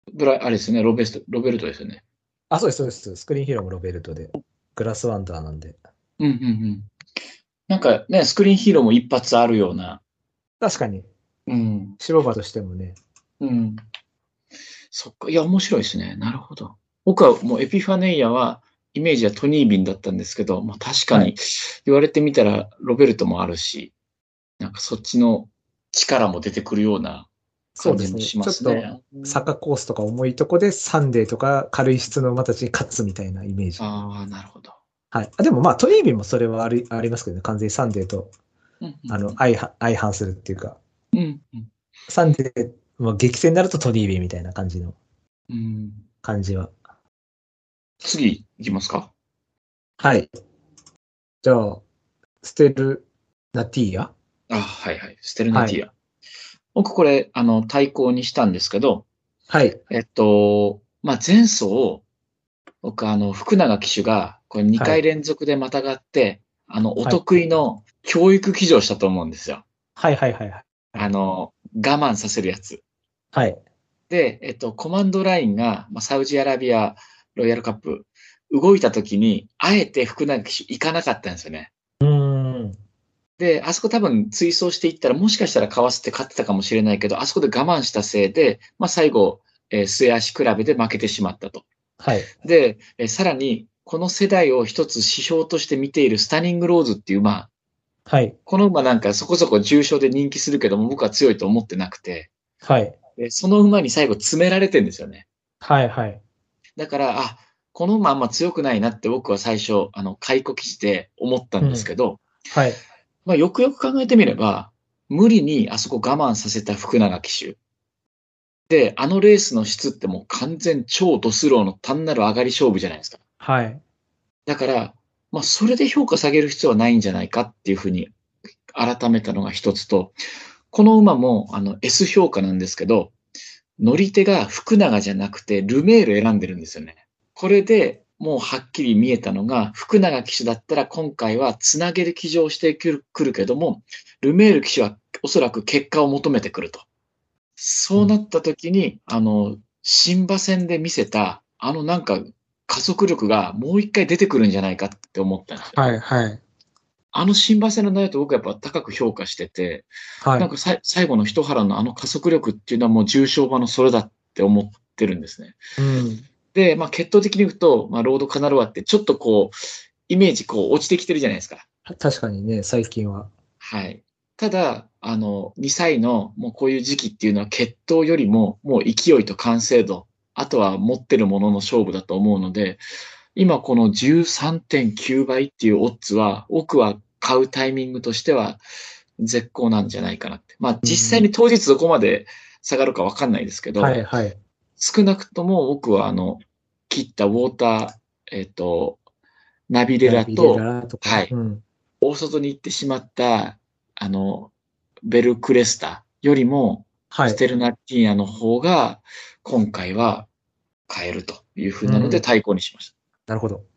Speaker 2: ブラ、あれですよね、ロベスト、ロベルトですよね。
Speaker 3: あ、そうです、そうです。スクリーンヒーローもロベルトで。グラスワンダーなんで。
Speaker 2: うんうんうん。なんかね、スクリーンヒーローも一発あるような。
Speaker 3: 確かに、
Speaker 2: うん。
Speaker 3: 白馬としてもね。
Speaker 2: うん。そっか。いや、面白いですね。なるほど。僕はもうエピファネイアは、イメージはトニービンだったんですけど、まあ確かに
Speaker 3: はい。
Speaker 2: 言われてみたらロベルトもあるし、なんかそっちの力も出てくるような感
Speaker 3: そうですね。
Speaker 2: じもしま
Speaker 3: ちょっと、
Speaker 2: すね。うん
Speaker 3: 坂コースとか重いとこでサンデーとか軽い質の馬たちに勝つみたいなイメージ。
Speaker 2: ああ、なるほど。
Speaker 3: はい。あでもまあ、トリービンもそれはあり、ありますけどね。完全にサンデーと、
Speaker 2: うんう
Speaker 3: あの、
Speaker 2: ん
Speaker 3: 相反、相反するっていうか。
Speaker 2: うん。うんうん
Speaker 3: サンデー、まあ、激戦になるとトリービンみたいな感じの
Speaker 2: うん
Speaker 3: 感じは。
Speaker 2: 次行きますか？
Speaker 3: はい。じゃあ、ステルナティーヤ。
Speaker 2: あ、はいはい。ステルナ
Speaker 3: はい。
Speaker 2: ティア。僕これ、あの、対抗にしたんですけど、
Speaker 3: はい。
Speaker 2: えっと、まあ、前走、僕、あの、福永騎手が、これ2
Speaker 3: はい。
Speaker 2: 回連続でまたがって、あの、お
Speaker 3: はい。
Speaker 2: 得意の教育騎乗したと思うんですよ。
Speaker 3: はいはいはいはい。
Speaker 2: あの、我慢させるやつ。
Speaker 3: はい。
Speaker 2: で、えっと、コマンドラインが、まあ、サウジアラビアロイヤルカップ、動いた時に、あえて福永騎手行かなかったんですよね。
Speaker 3: うーん。
Speaker 2: で、あそこ多分追走していったら、もしかしたらかわせて勝ってたかもしれないけど、あそこで我慢したせいで、まあ最後、えー末足比べで負けてしまったと。
Speaker 3: はい。
Speaker 2: で、えーさらに、この世代を一つ指標として見ているスタニングローズっていう馬、
Speaker 3: はい。
Speaker 2: この馬なんかそこそこ重賞で人気するけども、僕は強いと思ってなくて、
Speaker 3: はい。
Speaker 2: でその馬に最後詰められてるんですよね。
Speaker 3: はいはい。
Speaker 2: だから、あ、この馬あんま強くないなって僕は最初、あの、解雇記事で思ったんです
Speaker 3: うん。
Speaker 2: けど、
Speaker 3: はい。
Speaker 2: まあ、よくよく考えてみれば、無理にあそこ我慢させた福永騎手。で、あのレースの質ってもう完全超ドスローの単なる上がり勝負じゃないですか。
Speaker 3: はい。
Speaker 2: だから、まあ、それで評価下げる必要はないんじゃないかっていうふうに改めたのが一つと、この馬もあの S 評価なんですけど、乗り手が福永じゃなくてルメール選んでるんですよね。これでもうはっきり見えたのが、福永騎手だったら今回はつなげる騎乗してくるくるけども、ルメール騎手はおそらく結果を求めてくると。そうなった時に、あの、新馬戦で見せた、あのなんか加速力がもう一回出てくるんじゃないかって思ったんですよ。
Speaker 3: はい。はい。
Speaker 2: あの新馬戦の内容と僕はやっぱ高く評価してて、
Speaker 3: はい。
Speaker 2: なんかさ最後の一腹のあの加速力っていうのはもう重賞馬のそれだって思ってるんですね。
Speaker 3: うん。
Speaker 2: で、まあ、血統的に言うと、まあ、ロードカナロアってちょっとこう、イメージこう落ちてきてるじゃないですか。
Speaker 3: 確かにね、最近は。
Speaker 2: はい。ただ、あの、にさいのもうこういう時期っていうのは血統よりももう勢いと完成度、あとは持ってるものの勝負だと思うので、今この じゅうさんてんきゅう 倍っていうオッズは、僕は買うタイミングとしては絶好なんじゃないかなって。まあ
Speaker 3: うん。
Speaker 2: 実際に当日どこまで下がるかわかんないですけど、
Speaker 3: はい。はい。
Speaker 2: 少なくとも僕はあの、切ったウォーター、えっと、ナビレ
Speaker 3: ナビレ
Speaker 2: ラと、
Speaker 3: ラとか。
Speaker 2: はい、
Speaker 3: うん。
Speaker 2: 大外に行ってしまった、あの、ベルクレスタよりも、
Speaker 3: はい。
Speaker 2: ステルナティーナの方が、今回は買えるというふうなので
Speaker 3: うん。
Speaker 2: 対抗にしました。
Speaker 3: なるほど。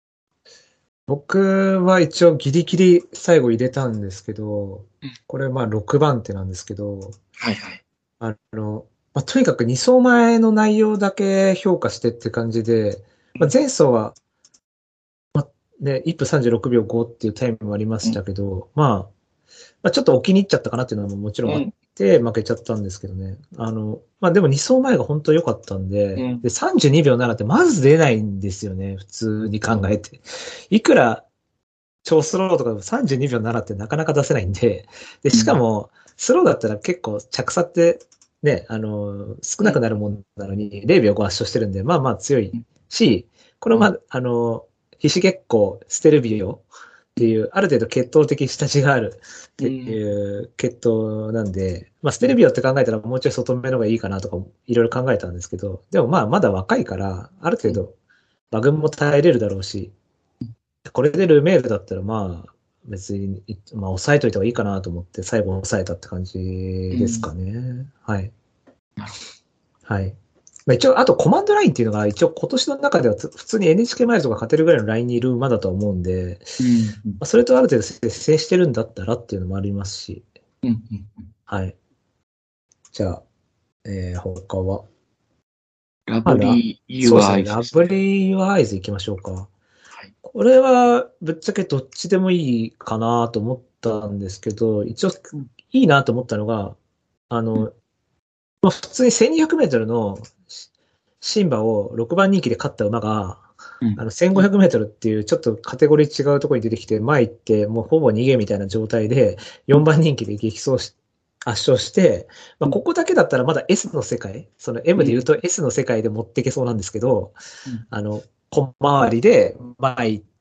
Speaker 3: 僕は一応ギリギリ最後入れたんですけど、
Speaker 2: うん、
Speaker 3: これまあろくばん手なんですけど、
Speaker 2: はいはい。
Speaker 3: あの、まあ、とにかくに走前の内容だけ評価してって感じで、まあ、前走はね、いっぷんさんじゅうろくびょうごっていうタイムもありまし
Speaker 2: うん、
Speaker 3: たけど、まあ、まあ、ちょっとお気に入っちゃったかなっていうのももちろんあっ
Speaker 2: うん、
Speaker 3: て負けちゃったんですけどね。あの、まあでもに走前が本当良かったんで、
Speaker 2: うん、
Speaker 3: で、さんじゅうにびょうななってまず出ないんですよね、普通に考えて。いくら超スローとかでもさんじゅうにびょうななってなかなか出せないんで、で、
Speaker 2: うん、
Speaker 3: しかも、スローだったら結構着差ってね、あの、少なくなるもんなのにぜろびょうご圧勝してるんで、まあまあ強いし、このまあ、あの、ひし月光、ステルビオっていう、ある程度血統的下地があるって
Speaker 2: うん、
Speaker 3: いう血統なんで、まあ、ス
Speaker 2: うん、
Speaker 3: テルビオって考えたらもうちょい外目の方がいいかなとかいろいろ考えたんですけど、でもまあまだ若いから、ある程度馬群も耐えれるだろうし、これでルメールだったらまあ別に、まあ抑えといた方がいいかなと思って最後抑えたって感じですか
Speaker 2: うん。
Speaker 3: ね。はい。
Speaker 2: なるほ
Speaker 3: はい。まあ、一応、あとコマンドラインっていうのが一応今年の中ではつ普通に エヌエイチケー マイルとか勝てるぐらいのラインにいる馬だと思うんで、
Speaker 2: ど。うん、うん、
Speaker 3: まあ、それとある程度接戦してるんだったらっていうのもありますし、
Speaker 2: うん、うん。
Speaker 3: はい。じゃあ、えー他は
Speaker 2: ラブリー・ユア・
Speaker 3: そうですね。
Speaker 2: アイズですね。
Speaker 3: ラブリー・ユア・アイズ行きましょうか。
Speaker 2: はい。
Speaker 3: これは、ぶっちゃけどっちでもいいかなと思ったんですけど、一応
Speaker 2: うん、
Speaker 3: いいなと思ったのが、あ
Speaker 2: う
Speaker 3: の、まあ、普通にせんにひゃくメートルのシンバをろくばん人気で勝った馬が、
Speaker 2: うん
Speaker 3: あの、せんごひゃくメートルっていうちょっとカテゴリー違うところに出てきて、前行ってもうほぼ逃げみたいな状態で、よんばん人気で激走し、圧勝して、まあ、ここだけだったらまだ S の世界、その M で言うと S の世界で持っていけそうなんですけど、
Speaker 2: うん
Speaker 3: あの、小回りで前行って、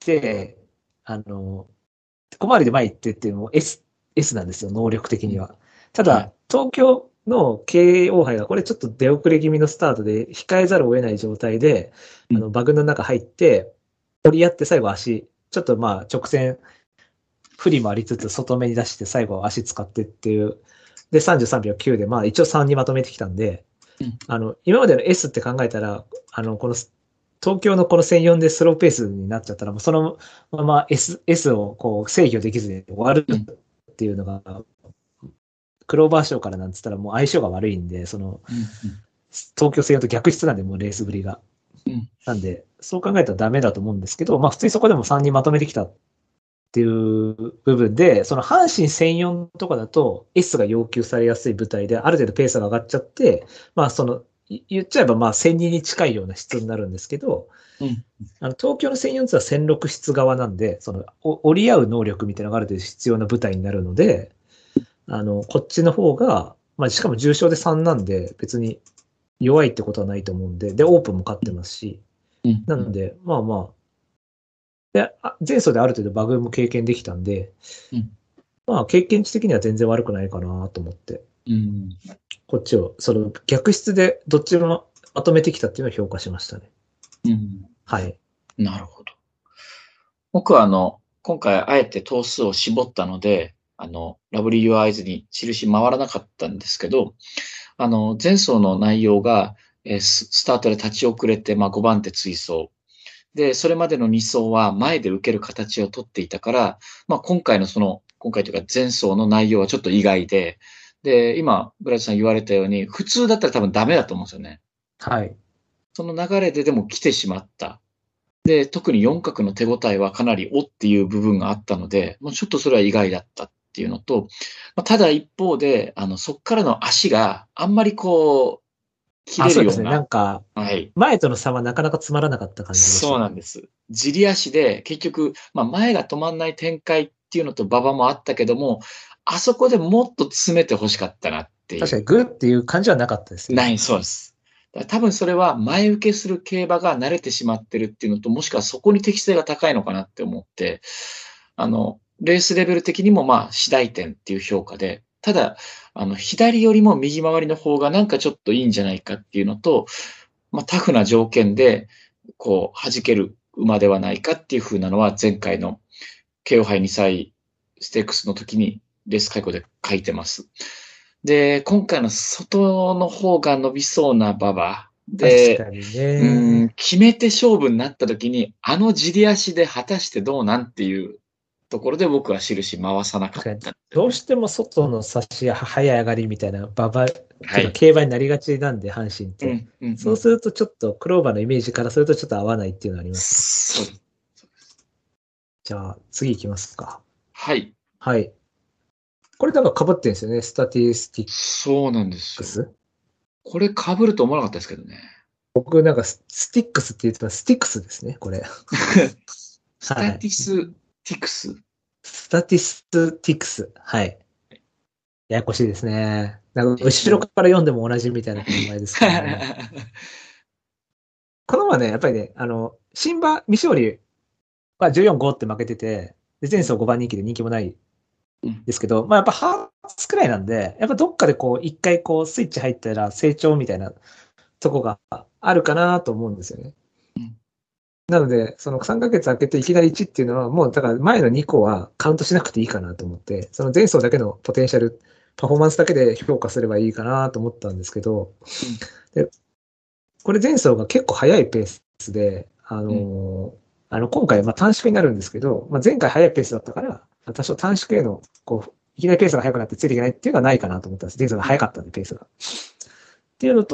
Speaker 3: あの、小回りで前行ってっていうのも S、S なんですよ、能力的には。ただ、
Speaker 2: はい
Speaker 3: 東京のケーオー 杯がこれちょっと出遅れ気味のスタートで控えざるを得ない状態で、
Speaker 2: うん
Speaker 3: あの、バグの中入って、取り合って最後足、ちょっとまあ直線、不利もありつつ外目に出して最後足使ってっていう。で、さんじゅうさんびょうきゅうで、まあ一応さんにまとめてきたんで、
Speaker 2: うん
Speaker 3: あの、今までの S って考えたら、あの、この、東京のこのせんよんでスローペースになっちゃったら、もうそのまま S、S をこう制御できずに終わるっていうのが、クローバー賞からなんつったらもう相性が悪いんで、その、
Speaker 2: うん
Speaker 3: 東京せんよんと逆質なんで、もうレースぶりが。
Speaker 2: うん
Speaker 3: なんで、そう考えたらダメだと思うんですけど、まあ普通にそこでもさんにまとめてきたっていう部分で、その阪神せんよんとかだと S が要求されやすい舞台で、ある程度ペースが上がっちゃって、まあその、い言っちゃえばまあせんにんに近いような質になるんですけど、
Speaker 2: うん
Speaker 3: あの東京のせんよんはせんろく質側なんで、そのお折り合う能力みたいなのがある程度必要な舞台になるので、あの、こっちの方が、まあしかも重賞でさんなんで別に弱いってことはないと思うんで、で、オープンも勝ってますし、
Speaker 2: うん
Speaker 3: なので、まあまあ、で、あ前走である程度バグも経験できたんで、
Speaker 2: うん
Speaker 3: まあ経験値的には全然悪くないかなと思って、
Speaker 2: うん
Speaker 3: こっちを、その逆質でどっちもまとめてきたっていうのを評価しましたね。
Speaker 2: うん
Speaker 3: はい。
Speaker 2: なるほど。僕はあの、今回あえて頭数を絞ったので、あの、ラブリー・ユア・アイズに印回らなかったんですけど、あの、前走の内容が、えーススタートで立ち遅れて、まあごばん手追走。で、それまでのに走は前で受ける形をとっていたから、まあ今回のその、今回というか前走の内容はちょっと意外で、で、今、ブライトさん言われたように、普通だったら多分ダメだと思うんですよね。
Speaker 3: はい。
Speaker 2: その流れででも来てしまった。で、特に四角の手応えはかなりおっていう部分があったので、もうちょっとそれは意外だったっていうのと、まあ、ただ一方で、あの、そっからの足があんまりこう、切
Speaker 3: あ、
Speaker 2: れるよう
Speaker 3: そうですね。なん
Speaker 2: な。
Speaker 3: か、
Speaker 2: はい。
Speaker 3: 前との差はなかなかつまらなかった感じでした。
Speaker 2: そうなんです。じり足で、結局、まあ前が止まんない展開っていうのと馬場もあったけども、あそこでもっと詰めて欲しかったなっていう。
Speaker 3: 確かにグーっていう感じはなかったですね。
Speaker 2: ない、そうです。だから多分それは前受けする競馬が慣れてしまってるっていうのと、もしくはそこに適性が高いのかなって思って、あの、レースレベル的にもまあ、次第点っていう評価で、ただ、あの、左よりも右回りの方がなんかちょっといいんじゃないかっていうのと、まあ、タフな条件で、こう、弾ける馬ではないかっていう風なのは、前回のケーオー杯に歳ステークスの時にレース解雇で書いてます。で、今回の外の方が伸びそうな馬場で、
Speaker 3: 確かに
Speaker 2: う
Speaker 3: ね。
Speaker 2: ん、決めて勝負になった時に、あのじり足で果たしてどうなんっていうところで僕は印回さなか
Speaker 3: 確かに
Speaker 2: った。
Speaker 3: どうしても外の差しや早上がりみたいな馬場、
Speaker 2: はい。
Speaker 3: 競馬になりがちなんで、阪神って。
Speaker 2: うんうんうん、
Speaker 3: そうするとちょっとクローバーのイメージからするとちょっと合わないっていうのがあります。
Speaker 2: そうです。
Speaker 3: じゃあ次行きますか。
Speaker 2: はい。
Speaker 3: はい。これだから被ってるんですよね。スタティスティッ
Speaker 2: そうなんですよ。
Speaker 3: クス。
Speaker 2: これ被ると思わなかったですけどね。
Speaker 3: 僕なんかススティックスって言ってたスティックスですね、これ。
Speaker 2: スタティスティクス。
Speaker 3: スタティスティクス。はい。ややこしいですね。なんか後ろから読んでも同じみたいな名前ですけどね。この馬ね、やっぱりね、あの、新馬未勝利はじゅうよんごって負けてて、で、前走ごばん人気で人気もないですけど、まあやっぱはちくらいなんで、やっぱどっかでこう、一回こう、スイッチ入ったら成長みたいなとこがあるかなと思うんですよね。
Speaker 2: うん
Speaker 3: なので、そのさんかげつ空けていきなりいちっていうのは、もうだから前のにこはカウントしなくていいかなと思って、その前走だけのポテンシャル、パフォーマンスだけで評価すればいいかなと思ったんですけど、うん、でこれ前走が結構速いペースで、あのーうん、あの今回まあ短縮になるんですけど、まあ、前回速いペースだったから、多少短縮への、こう、いきなりペースが速くなってついていけないっていうのはないかなと思ったんです。前走が速かったんで、ペースが。っていうのと、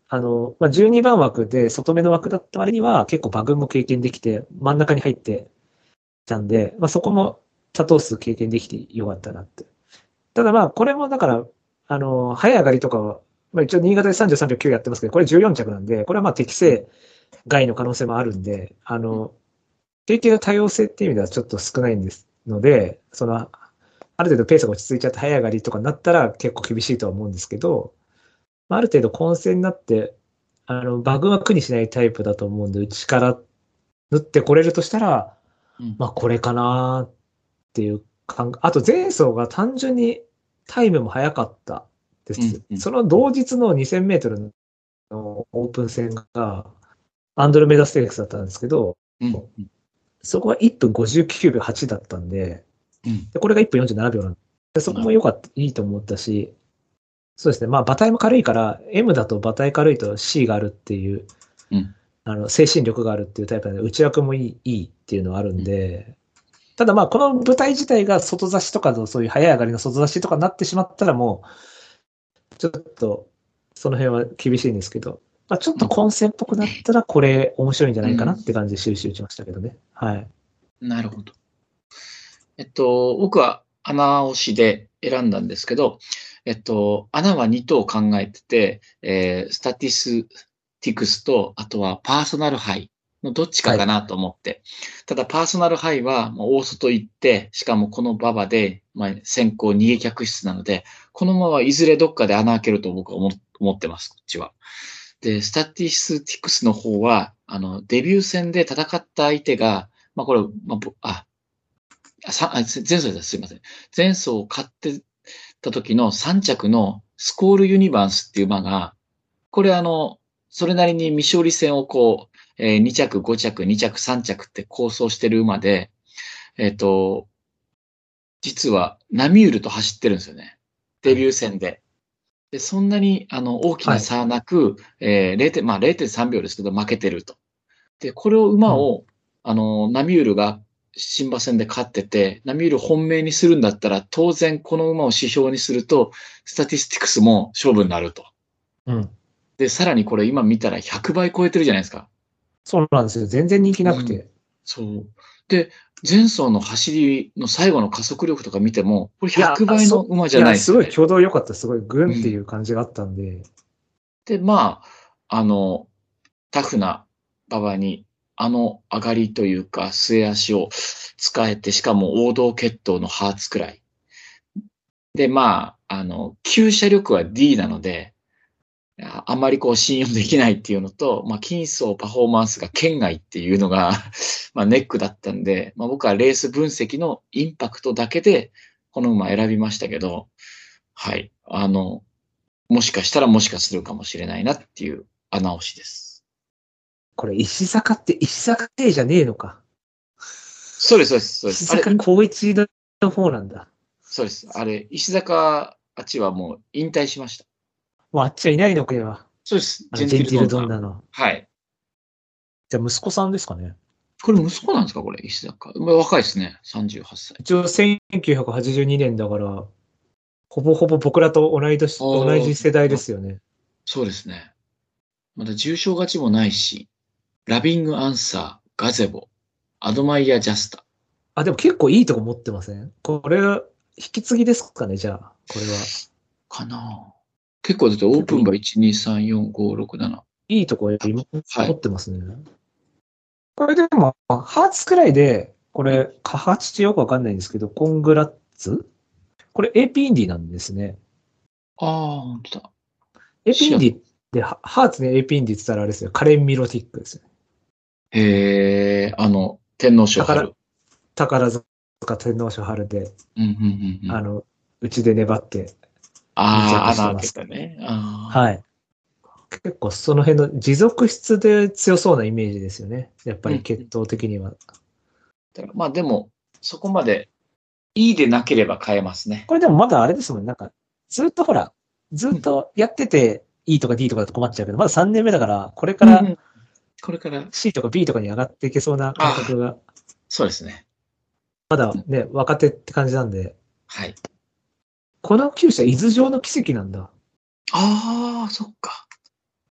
Speaker 3: あの、まあ、じゅうにばん枠で外目の枠だった割には結構馬群も経験できて、真ん中に入ってたんで、まあ、そこも多頭数経験できてよかったなって。ただまあ、これもだから、あの、早上がりとかは、まあ一応新潟でさんじゅうさんびょうきゅうやってますけど、これじゅうよん着なんで、これはまあ適正外の可能性もあるんで、あの、経験の多様性っていう意味ではちょっと少ないんですので、その、ある程度ペースが落ち着いちゃって早上がりとかになったら結構厳しいとは思うんですけど、ある程度混戦になって、あの、馬群は苦にしないタイプだと思うんで、内から縫ってこれるとしたら、
Speaker 2: うん、
Speaker 3: まあこれかなっていう感覚。あと前走が単純にタイムも早かったです。
Speaker 2: うんうん、
Speaker 3: その同日のにせんメートルのオープン戦がアンドロメダステークスだったんですけど、
Speaker 2: うんうん、
Speaker 3: そこはいっぷんごじゅうきゅうびょうはちだったんで、
Speaker 2: うん、
Speaker 3: でこれがいっぷんよんじゅうななびょうなんで、そこも良かった、いいと思ったし、そうですね。まあ、馬体も軽いから、M だと馬体軽いと C があるっていう、
Speaker 2: うん、
Speaker 3: あの、精神力があるっていうタイプなので、内枠もいい、いいっていうのはあるんで、うん、ただまあ、この舞台自体が外差しとかの、そういう早上がりの外差しとかになってしまったらもう、ちょっと、その辺は厳しいんですけど、まあ、ちょっと混戦っぽくなったら、これ面白いんじゃないかなって感じで印打ちましたけどね。はい。
Speaker 2: なるほど。えっと、僕は穴押しで選んだんですけど、えっと、穴はに頭考えてて、えー、スタティスティクスと、あとはパーソナルハイのどっちかかなと思って。はい、ただ、パーソナルハイは、まあ、大外行って、しかもこの馬場で、まあ、先行逃げ客室なので、この馬はいずれどっかで穴開けると僕は思思ってます、こっちは。で、スタティスティクスの方は、あの、デビュー戦で戦った相手が、まあ、これ、まあ、あ、さ、あ、前走です。すいません。前走を買ってた時のさん着のスコールユニバースっていう馬が、これあの、それなりに未勝利戦をこう、えー、に着、ご着、に着、さん着って構想してる馬で、えっと、実はナミュールと走ってるんですよね。デビュー戦で。で、そんなにあの大きな差なく、はい、えー、れいてん、まあれいてんさんびょうですけど負けてると。で、これを馬を、うん、あの、ナミュールが新馬戦で勝ってて、ナミュール本命にするんだったら、当然この馬を指標にすると、スタティスティクスも勝負になると。
Speaker 3: うん。
Speaker 2: で、さらにこれ今見たらひゃくばい超えてるじゃないですか。
Speaker 3: そうなんですよ。全然人気なくて。うん、
Speaker 2: そう。で、前走の走りの最後の加速力とか見ても、これひゃくばいの馬じゃないです
Speaker 3: よね。いや、すごい挙動良かった。すごいグンっていう感じがあったんで。うん、
Speaker 2: で、まあ、あの、タフな馬場に、あの上がりというか、末足を使えて、しかも王道血統のハーツくらい。で、まあ、あの、吸射力は D なので、あまりこう信用できないっていうのと、まあ、金層パフォーマンスが圏外っていうのが、まあ、ネックだったんで、まあ、僕はレース分析のインパクトだけで、この馬選びましたけど、はい。あの、もしかしたらもしかするかもしれないなっていう穴押しです。
Speaker 3: これ、石坂って石坂系じゃねえのか。
Speaker 2: そうです、そうです、そうです。
Speaker 3: 石坂光一の方なんだ。
Speaker 2: そうです。あれ、石坂あっちはもう引退しました。
Speaker 3: もうあっちはいないのかよ。
Speaker 2: そうです。
Speaker 3: ジェンティルドンナの。
Speaker 2: はい。
Speaker 3: じゃあ息子さんですかね。
Speaker 2: これ息子なんですかこれ、石坂。若いですね。さんじゅうはっさい。
Speaker 3: 一応せんきゅうひゃくはちじゅうにねんだから、ほぼほぼ僕らと同い年、同じ世代ですよね。
Speaker 2: そうですね。まだ重賞勝ちもないし、ラビングアンサー、ガゼボ、アドマイヤ・ジャスタ。
Speaker 3: あ、でも結構いいとこ持ってません？これ、引き継ぎですかね、じゃあ、これは。
Speaker 2: かな結構だってオープン馬いち、に、さん、よん、ご、ろく、なな。
Speaker 3: いいとこ持ってますね。はい、これでも、ハーツくらいで、これ、カハチってよくわかんないんですけど、コングラッツこれ エーピー インディなんですね。
Speaker 2: ああ、ほんとだ。
Speaker 3: エーピー インディで、ハーツで エーピー インディって言ったらあれですよ。カレン・ミロティックですよね。
Speaker 2: へえ、あの、天皇賞春。
Speaker 3: 宝塚天皇賞春で、
Speaker 2: うんうんうんうん、
Speaker 3: あの、うちで粘って。
Speaker 2: ああ、穴開けたね。あ
Speaker 3: はい。結構その辺の持続質で強そうなイメージですよね。やっぱり血統的には。うん、
Speaker 2: だからまあでも、そこまでいいでなければ変えますね。
Speaker 3: これでもまだあれですもんね。なんか、ずっとほら、ずっとやってて E とか D とかだと困っちゃうけど、まださんねんめだから、これから、うん、
Speaker 2: これから
Speaker 3: C とか B とかに上がっていけそうな感覚が。
Speaker 2: そうですね。
Speaker 3: まだね、うん、若手って感じなんで。
Speaker 2: はい。
Speaker 3: この厩舎、伊豆城の奇跡なんだ。
Speaker 2: ああ、そっか。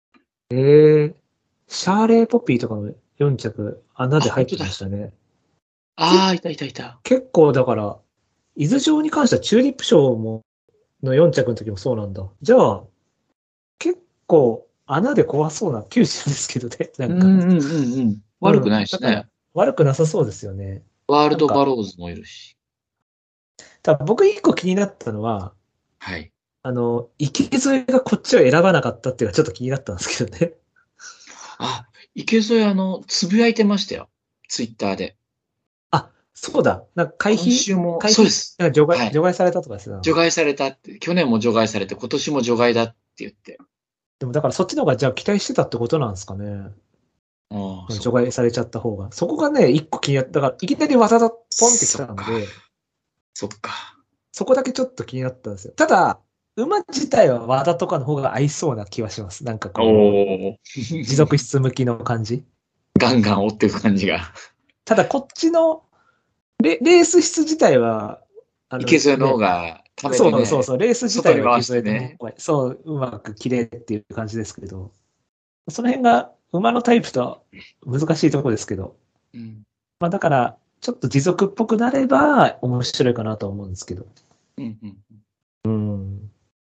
Speaker 3: えー、シャーレーポピーとかもよん着穴で入ってましたね。
Speaker 2: ああ、いたいたいた。
Speaker 3: 結構だから、伊豆城に関してはチューリップ賞ものよん着の時もそうなんだ。じゃあ、結構穴で怖そうな九州ですけどね。なんか。
Speaker 2: うんうんうんうん。悪くないしね。
Speaker 3: 悪くなさそうですよね。
Speaker 2: ワールドバローズもいるし。
Speaker 3: ただ僕一個気になったのは、
Speaker 2: はい。
Speaker 3: あの、池添がこっちを選ばなかったっていうのはちょっと気になったんですけどね。
Speaker 2: あ、池添あの、つぶやいてましたよ。ツイッターで。
Speaker 3: あ、そうだ。なんか回避、
Speaker 2: 今週も、
Speaker 3: 回避
Speaker 2: そうです。
Speaker 3: なんか除外、
Speaker 2: はい、
Speaker 3: 除外されたとかですね。
Speaker 2: 除外されたって、去年も除外されて、今年も除外だって言って。
Speaker 3: でもだからそっちの方がじゃあ期待してたってことなんですかね。
Speaker 2: ああ、
Speaker 3: 除外されちゃった方が。そこがね、一個気になった。だから、いきなり技だ、ポンってきたんで、
Speaker 2: そっか。
Speaker 3: そこだけちょっと気になったんですよ。ただ、馬自体は技とかの方が合いそうな気はします。なんかこう、
Speaker 2: お
Speaker 3: 持続質向きの感じ。
Speaker 2: ガンガン追っていく感じが。
Speaker 3: ただ、こっちのレ、レース質自体は、
Speaker 2: あの、池添の方が、
Speaker 3: ね、そうそうそう、レース自体は池添の
Speaker 2: ね、
Speaker 3: そう、うまく切れっていう感じですけど、その辺が馬のタイプと難しいところですけど、うん、まあだから、ちょっと持続っぽくなれば面白いかなと思うんですけど。うんうん。うん。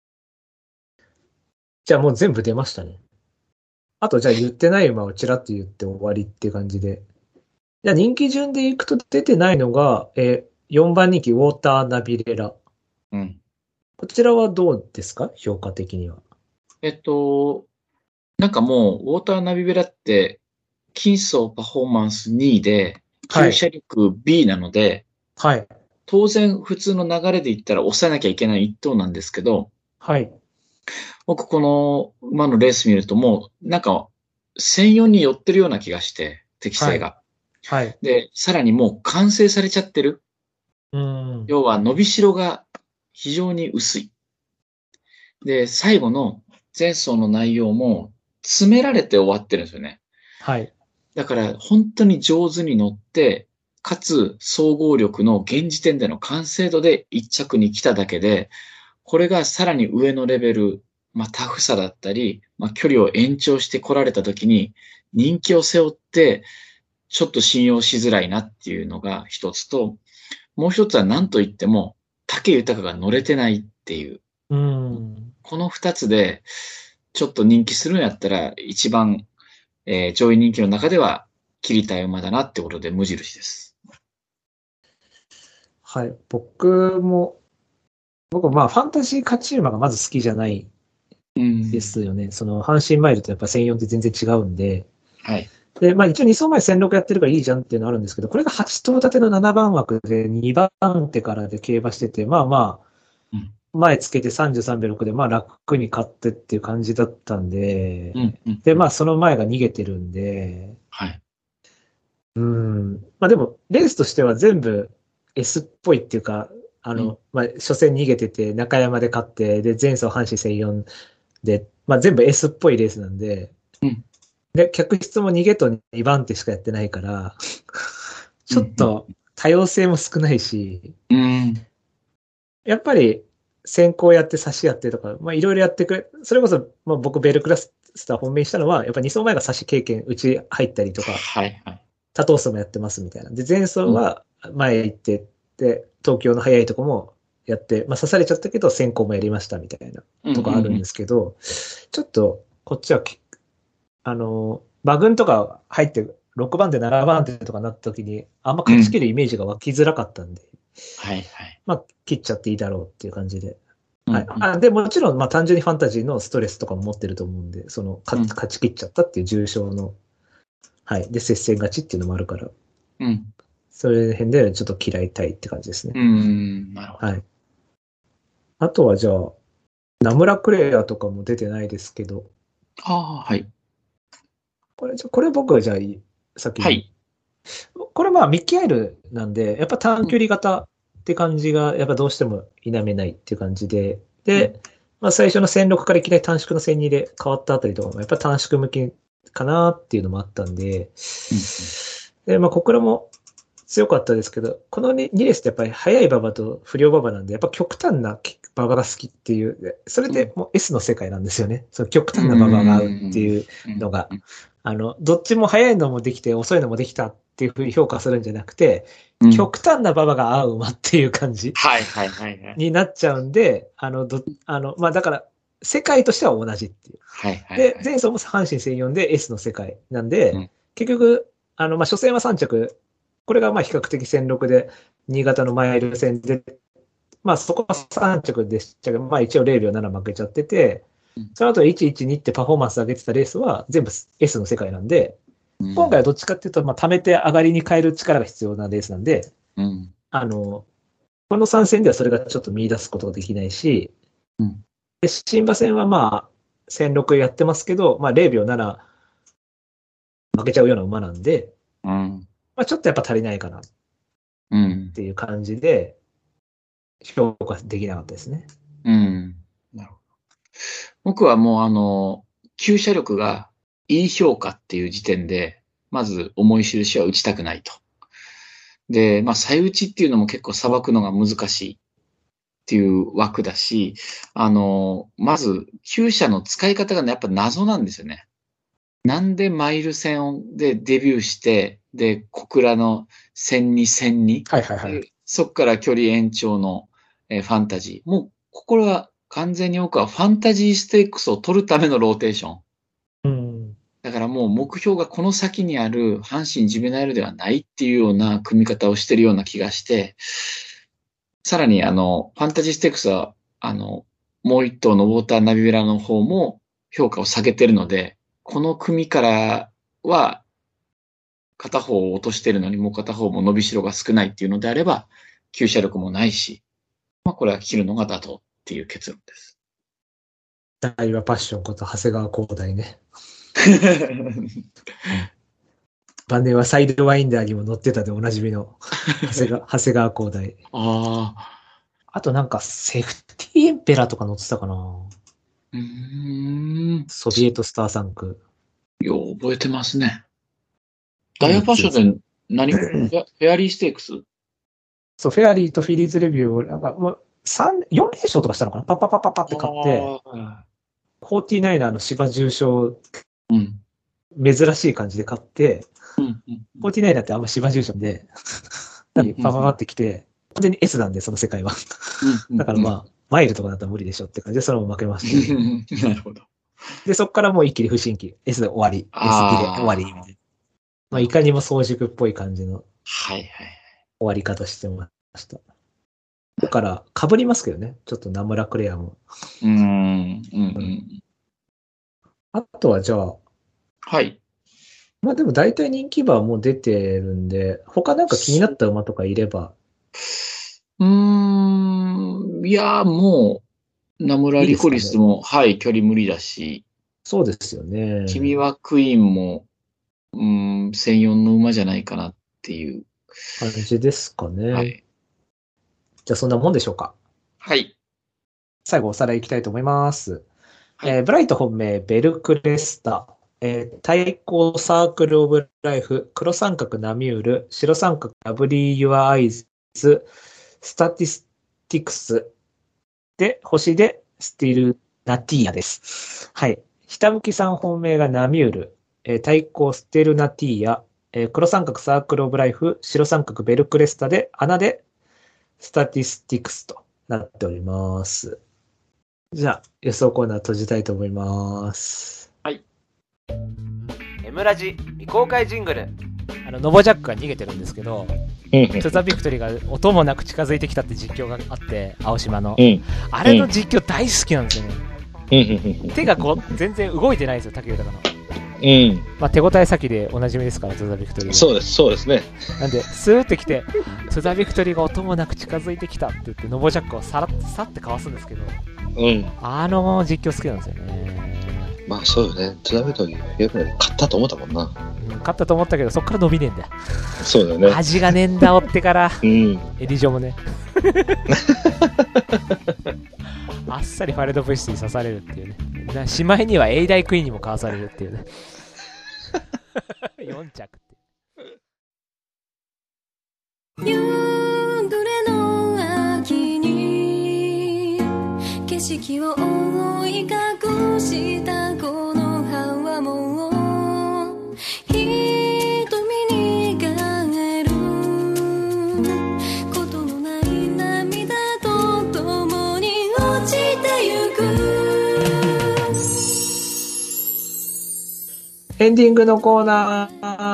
Speaker 3: じゃあもう全部出ましたね。あとじゃあ言ってない馬をちらっと言って終わりっていう感じで。じゃあ人気順でいくと出てないのが、えー、よんばん人気ウォーターナビレラ。うん。こちらはどうですか？評価的には。
Speaker 2: えっと、なんかもう、ウォーターナビベラって、金層パフォーマンスにいで、急車力 ビー なので、
Speaker 3: はい。
Speaker 2: 当然普通の流れで言ったら抑えなきゃいけない一頭なんですけど、
Speaker 3: はい。
Speaker 2: 僕この馬のレース見るともう、なんか、専用に寄ってるような気がして、適性が。
Speaker 3: はい。はい、
Speaker 2: で、さらにもう完成されちゃってる。うん。要は伸びしろが非常に薄い。で、最後の前走の内容も詰められて終わってるんですよね。
Speaker 3: はい。
Speaker 2: だから本当に上手に乗って、かつ総合力の現時点での完成度で一着に来ただけで、これがさらに上のレベル、まあタフさだったり、まあ距離を延長して来られた時に人気を背負って、ちょっと信用しづらいなっていうのが一つと、もう一つは何と言っても、武豊が乗れてないっていう。うん、この二つで、ちょっと人気するんやったら、一番、えー、上位人気の中では、切りたい馬だなってことで無印です。
Speaker 3: はい。僕も、僕まあ、ファンタジー勝ち馬がまず好きじゃないですよね。うん、その、阪神マイルとやっぱせんよんって全然違うんで。はい。で、まあ一応に走前せんろくやってるからいいじゃんっていうのあるんですけど、これがはち頭立てのななばん枠でにばん手からで競馬してて、まあまあ、前つけてさんじゅうさんびょうろくで、まあ楽に勝ってっていう感じだったんで、うんうん、で、まあその前が逃げてるんで、はい。うん。まあでも、レースとしては全部 S っぽいっていうか、あの、うん、まあ初戦逃げてて、中山で勝って、で、前走阪神せんよんで、まあ全部 S っぽいレースなんで、うんで、客室も逃げとにばん手しかやってないから、ちょっと多様性も少ないし、うん、やっぱり先行やって差しやってとか、まあいろいろやってくれ、それこそ、まあ、僕ベルクラスター本命したのは、やっぱに走前が差し経験、うち入ったりとか、はいはい、多頭走もやってますみたいな。で、前走は前行ってって、東京の早いとこもやって、まあ刺されちゃったけど先行もやりましたみたいなとかあるんですけど、うんうんうん、ちょっとこっちはあの、馬群とか入って、ろくばん手、ななばん手とかなった時に、あんま勝ち切るイメージが湧きづらかったんで、うん、はいはい。まあ、切っちゃっていいだろうっていう感じで。うんうん、はい。あで、もちろん、まあ、単純にファンタジーのストレスとかも持ってると思うんで、その、勝ち切っちゃったっていう重傷の、はい。で、接戦勝ちっていうのもあるから、うん。それ辺でちょっと嫌いたいって感じですね。うん、なるほど。はい。あとはじゃあ、名村クレアとかも出てないですけど。
Speaker 2: ああ、はい。
Speaker 3: これ、これ僕はじゃあ、先に。はい。これまあ、ミッキーアイルなんで、やっぱ短距離型って感じが、やっぱどうしても否めないっていう感じで、で、うん、まあ最初のせんろくからいきなり短縮のせんにで変わったあたりとかも、やっぱ短縮向きかなっていうのもあったんで、うん、で、まあ、ここらも強かったですけど、このにレースってやっぱり速い馬場と不良馬場なんで、やっぱ極端な馬場が好きっていう、それでもう S の世界なんですよね。その極端な馬場が合うっていうのが、あの、どっちも速いのもできて遅いのもできたっていうふうに評価するんじゃなくて、うん、極端な馬場が合う馬っていう感じ
Speaker 2: はいはいはいはい。
Speaker 3: になっちゃうんで、あの、ど、あの、まあ、だから、世界としては同じっていう。
Speaker 2: はいはいはい、
Speaker 3: で、前走も阪神専用で S の世界なんで、
Speaker 2: うん、結
Speaker 3: 局、あの、まあ、初戦はさん着、これがまあ比較的戦力で、新潟のマイル戦で、まあそこはさん着でしたけど、まあ一応ゼロびょうなな負けちゃってて、その後いちいちにってパフォーマンス上げてたレースは全部 S の世界なんで、うん、今回はどっちかっていうと、まあ貯めて上がりに変える力が必要なレースなんで、うん、あの、このさん戦ではそれがちょっと見出すことができないし、うん、で新馬戦はまあ戦力やってますけど、まあゼロびょうなな負けちゃうような馬なんで、うん、まあちょっとやっぱ足りないかなっていう感じで、評価できなかったですね。
Speaker 2: うん。なるほど。僕はもうあの、厩舎力がいい評価っていう時点で、まず重い印は打ちたくないと。で、まあ、再打ちっていうのも結構裁くのが難しいっていう枠だし、あの、まず、厩舎の使い方がね、やっぱ謎なんですよね。なんでマイル戦でデビューして、で、小倉のせんに、せんに。
Speaker 3: はいはいはい。
Speaker 2: そっから距離延長の、えー、ファンタジー。もう、これは完全に僕はファンタジーステークスを取るためのローテーション。
Speaker 3: うん。
Speaker 2: だからもう目標がこの先にある阪神ジュベナイルではないっていうような組み方をしてるような気がして、さらにあの、ファンタジーステークスは、あの、もう一頭のウォーターナビベラの方も評価を下げてるので、この組からは、片方を落としてるのにもう片方も伸びしろが少ないっていうのであれば、厩舎力もないし、まあこれは切るのが妥当っていう結論です。
Speaker 3: 大和パッションこと長谷川光大ね。晩年はサイドワインダーにも乗ってたでおなじみの長谷川、長谷川光大。
Speaker 2: ああ。
Speaker 3: あとなんかセーフティーエンペラーとか乗ってたかな。
Speaker 2: うーん。
Speaker 3: ソビエトスターサンク。
Speaker 2: よう覚えてますね。ダイヤファッションで何フェアリーステークス
Speaker 3: そう、フェアリーとフィリーズレビューを、なんかもう三、よん連勝とかしたのかなパッパッパッパッパって勝って、フォーティーナイナーの芝重賞、うん、珍しい感じで勝って、うんうんうん、フォーティーナイナーってあんま芝重賞で、パッパッパってきて、完全に S なんで、その世界は。だからまあ、マイルとかだったら無理でしょって感じで、それも負けました、
Speaker 2: ね。なるほど。
Speaker 3: で、そこからもう一気に不新規。S で終わり。S 切れ終わり。みたいな。まあ、いかにも早熟っぽい感じの。
Speaker 2: はいはい。
Speaker 3: 終わり方してました。だから、被りますけどね。ちょっとナムラクレアも。
Speaker 2: うーん。うんうん。
Speaker 3: あとはじゃあ。
Speaker 2: はい。
Speaker 3: まあでも大体人気馬はもう出てるんで、他なんか気になった馬とかいれば。
Speaker 2: うーん。いや、もう、ナムラリコリスも、いいね、はい、距離無理だし。
Speaker 3: そうですよね。
Speaker 2: 君はクイーンも、うーん、専用の馬じゃないかなっていう
Speaker 3: 感じですかね。
Speaker 2: はい。
Speaker 3: じゃあそんなもんでしょうか。
Speaker 2: はい。
Speaker 3: 最後おさらいいきたいと思います。はい、えー、ブライト本命、ベルクレスタ、えー、対抗サークルオブライフ、黒三角ナミュール、白三角ラブリーユアアイズ、スタティスティクスで、星でスティルナティーヤです。はい。下向きさん本命がナミュール、えー、対抗ステルナティーヤ、えー、黒三角サークルオブライフ、白三角ベルクレスタで、穴でスタティスティクスとなっております。じゃあ、予想コーナー閉じたいと思います。
Speaker 2: はい。
Speaker 4: エムラジ未公開ジングル。
Speaker 3: あの、ノボジャックが逃げてるんですけど、トゥザビクトリーが音もなく近づいてきたって実況があって、青島の。うん、あれの実況大好きなんですよね。うん、手がこう全然動いてないんですよ、武豊の。うん。まあ、手応え先でおなじみですから、トゥザビクトリー。
Speaker 5: そうです、そうですね。
Speaker 3: なんで、スーって来て、トゥザビクトリーが音もなく近づいてきたって言って、ノボジャックをさらっさってかわすんですけど、うん。あの実況好きなんですよね。
Speaker 5: まあそうよね。トゥザビクトリー、よく勝ったと思ったもんな。
Speaker 3: うん、勝ったと思ったけど、そっから伸びねえんだよ。
Speaker 5: そうだよね。
Speaker 3: 味がねえんだ、追ってから。うん。エディジョもね。あっさりファレドブイスに刺されるっていうね。しまいにはエイダイクイーンにもかわされるっていうね。よん着って。夕暮れの秋に
Speaker 6: 四季を覆い隠したこの葉はもう瞳に変えることのない涙と共に落ちてゆく。
Speaker 3: エンディングのコーナ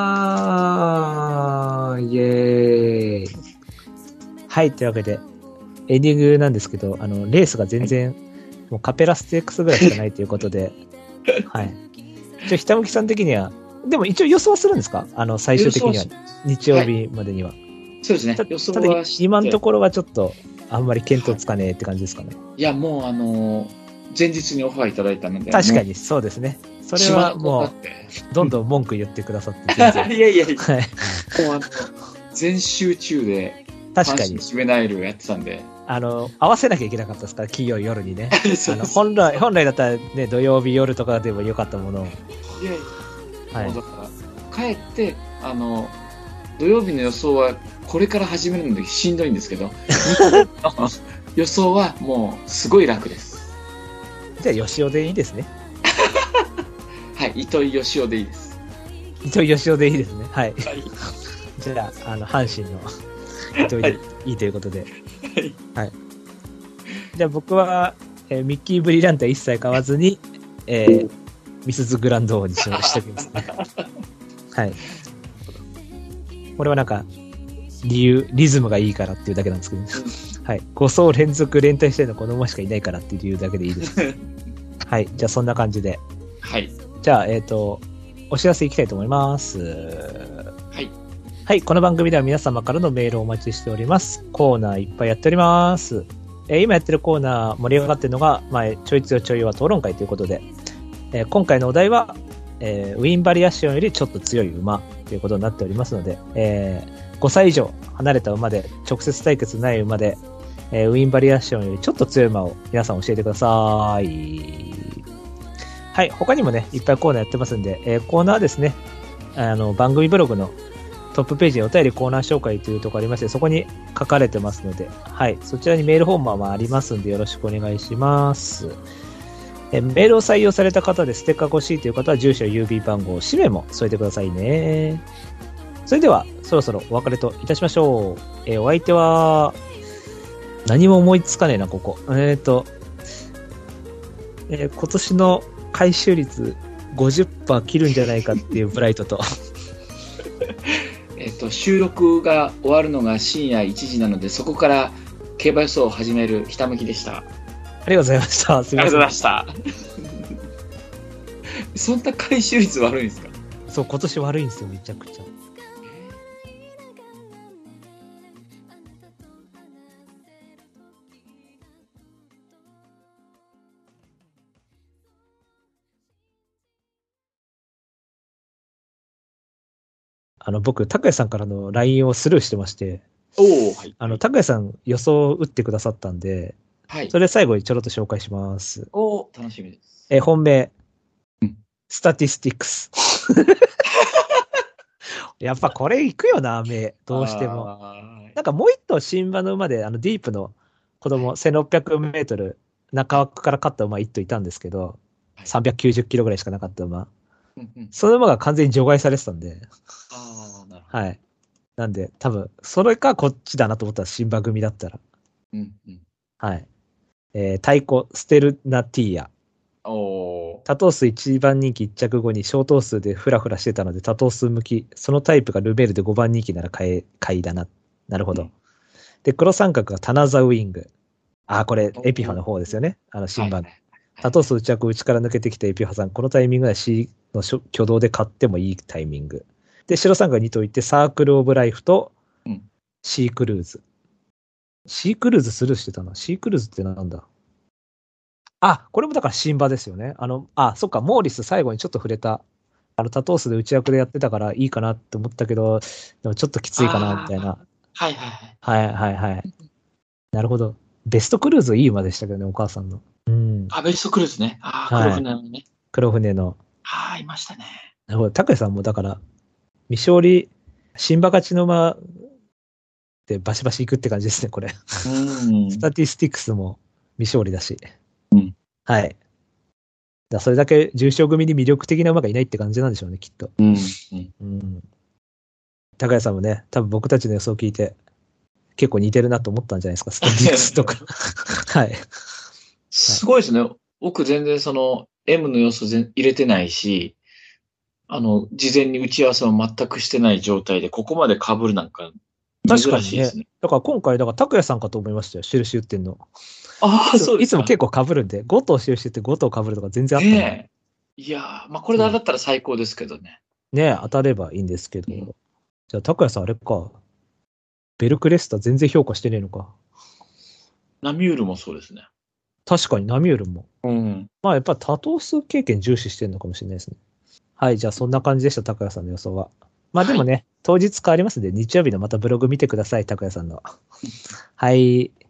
Speaker 3: ー、イエーイ。はい、というわけで、エンディングなんですけど、あの、レースが全然、もうカペラステークスぐらいしかないということで、はい。一応、ひたむきさん的には、でも一応予想するんですか？あの、最終的には、日曜日までには。はい、
Speaker 2: そうですね。
Speaker 3: た
Speaker 2: 予想
Speaker 3: ただ
Speaker 2: はして、
Speaker 3: 今のところはちょっと、あんまり見当つかねえって感じですかね。
Speaker 2: いや、もうあの、前日にオファーいただいたので。
Speaker 3: 確かに、そうですね。それはもう、どんどん文句言ってくださって。
Speaker 2: いやいやいや、
Speaker 3: はい。
Speaker 2: もうあの、全集中で、
Speaker 3: 確かに。
Speaker 2: シメナイルをやってたんで。
Speaker 3: あの、合わせなきゃいけなかったですから、金曜夜にね。
Speaker 2: そう
Speaker 3: あの本来、本来だったらね、土曜日夜とかでもよかったものを。
Speaker 2: いやいや、
Speaker 3: はい。
Speaker 2: もうだから、帰って、あの、土曜日の予想は、これから始めるのでしんどいんですけど、予想はもう、すごい楽です。
Speaker 3: じゃあ、吉尾でいいですね。
Speaker 2: はい、糸井義雄でいいです。
Speaker 3: 糸井義雄でいいですね。はい。
Speaker 2: はい、
Speaker 3: じゃあ、あの、阪神の糸井でいいということで。はい。はい、じゃあ、僕は、えー、ミッキー・ブリラントは一切買わずに、えー、ミスズ・グランド王にししておきますね。はい。これはなんか、理由、リズムがいいからっていうだけなんですけど、ね、はい。ご走連続連帯してるの子供しかいないからっていう理由だけでいいです。はい。じゃあ、そんな感じで。
Speaker 2: はい。
Speaker 3: じゃあ、えっと、お知らせいきたいと思います。
Speaker 2: はい。
Speaker 3: はい。この番組では皆様からのメールをお待ちしております。コーナーいっぱいやっております。えー、今やってるコーナー盛り上がってるのが、まあ、ちょいつよちょい弱討論会ということで、えー、今回のお題は、えー、ウィンバリアシオンよりちょっと強い馬ということになっておりますので、えー、ごさい以上離れた馬で直接対決ない馬で、えー、ウィンバリアシオンよりちょっと強い馬を皆さん教えてください。はい。他にもね、いっぱいコーナーやってますんで、えー、コーナーですね、あの、番組ブログのトップページにお便りコーナー紹介というところありまして、そこに書かれてますので、はい。そちらにメールフォームはありますんで、よろしくお願いします。えー、メールを採用された方でステッカー欲しいという方は、住所、郵便番号、氏名も添えてくださいね。それでは、そろそろお別れといたしましょう。えー、お相手は、何も思いつかねえな、ここ。えっと、えー、今年の回収率 ごじゅっパーセント 切るんじゃないかっていうブライトと
Speaker 2: えっと収録が終わるのが深夜いちじなので、そこから競馬予想を始めるひたむきでした。
Speaker 3: ありがとうございました。すみません。
Speaker 2: ありがとうございました。そんな回収率悪いんですか？
Speaker 3: そう、今年悪いんですよ、めちゃくちゃ。あの、僕、拓也さんからの ライン をスルーしてまして、
Speaker 2: おー、はい。
Speaker 3: あの、拓也さん予想を打ってくださったんで、
Speaker 2: はい。
Speaker 3: それ最後にちょろっと紹介します。
Speaker 2: おー、楽しみです。
Speaker 3: え、本命、
Speaker 2: うん、
Speaker 3: スタティスティックス。やっぱこれいくよな、目。どうしても。なんかもう一頭新馬の馬で、あの、ディープの子供、せんろっぴゃくメートル、中枠から勝った馬一頭いたんですけど、はい、さんびゃくきゅうじゅっキロぐらいしかなかった馬。うんうん、その馬が完全に除外されてたんで。
Speaker 2: ああ、なるほど。
Speaker 3: はい。なんで、多分、それかこっちだなと思ったら、新馬組だったら。
Speaker 2: うんうん。
Speaker 3: はい。えー、太鼓、ステルナティーヤ。
Speaker 2: おー。
Speaker 3: 多頭数いちばん人気いっ着後に小頭数でフラフラしてたので、多頭数向き、そのタイプがルベールでごばん人気なら買い、買いだな。なるほど。うん、で、黒三角がタナザウィング。あ、これ、エピファの方ですよね。あの、新馬の。はい、多頭数着内から抜けてきたエピファさん、このタイミングは C の挙動で買ってもいいタイミング。で、白三角がに頭いって、サークルオブライフと、シークルーズ。うん、シークルーズスルーしてたな。シークルーズってなんだ？あ、これもだから新馬ですよね。あの、あ、そっか、モーリス最後にちょっと触れた。あの、多頭数で内枠でやってたからいいかなって思ったけど、でもちょっときついかな、みたいな。
Speaker 2: はいはいはい。
Speaker 3: はいはいはい。なるほど。ベストクルーズいい馬でしたけどね、お母さんの。うん。
Speaker 2: あ、ベストクルーズね。あ、黒船のね。
Speaker 3: 黒船の。
Speaker 2: ああ、いましたね。
Speaker 3: なるほど。拓也さんもだから、未勝利、新馬勝ちの馬でバシバシいくって感じですね、これ。うん。スタティスティックスも未勝利だし。
Speaker 2: うん。
Speaker 3: はい。だからそれだけ重賞組に魅力的な馬がいないって感じなんでしょうね、きっと。
Speaker 2: うん。
Speaker 3: うん。高谷さんもね、多分僕たちの予想を聞いて、結構似てるなと思ったんじゃないですか、スタティックスとか。はい。
Speaker 2: すごいですね。僕全然その M の要素全入れてないし、あの、事前に打ち合わせを全くしてない状態で、ここまで被るなんか、
Speaker 3: 確かにね
Speaker 2: 珍しいですね。。
Speaker 3: だから今回、だから拓也さんかと思いましたよ、印打ってんの。
Speaker 2: ああ、そうですか。
Speaker 3: いつも結構被るんで、ご頭印打ってご頭被るとか全然あったんで。
Speaker 2: ねえ。いやー、まあこれだったら最高ですけどね。
Speaker 3: ねえ、当たればいいんですけど。
Speaker 2: うん
Speaker 3: じゃあ、拓也さんあれか。ベルクレスタ全然評価してねえのか。
Speaker 2: ナミュールもそうですね。
Speaker 3: 確かにナミュールも。
Speaker 2: うん。
Speaker 3: まあやっぱ多頭数経験重視してるのかもしれないですね。はい、じゃあそんな感じでした、拓也さんの予想は。まあでもね、当日変わりますんで、日曜日のまたブログ見てください、拓也さんの。はい。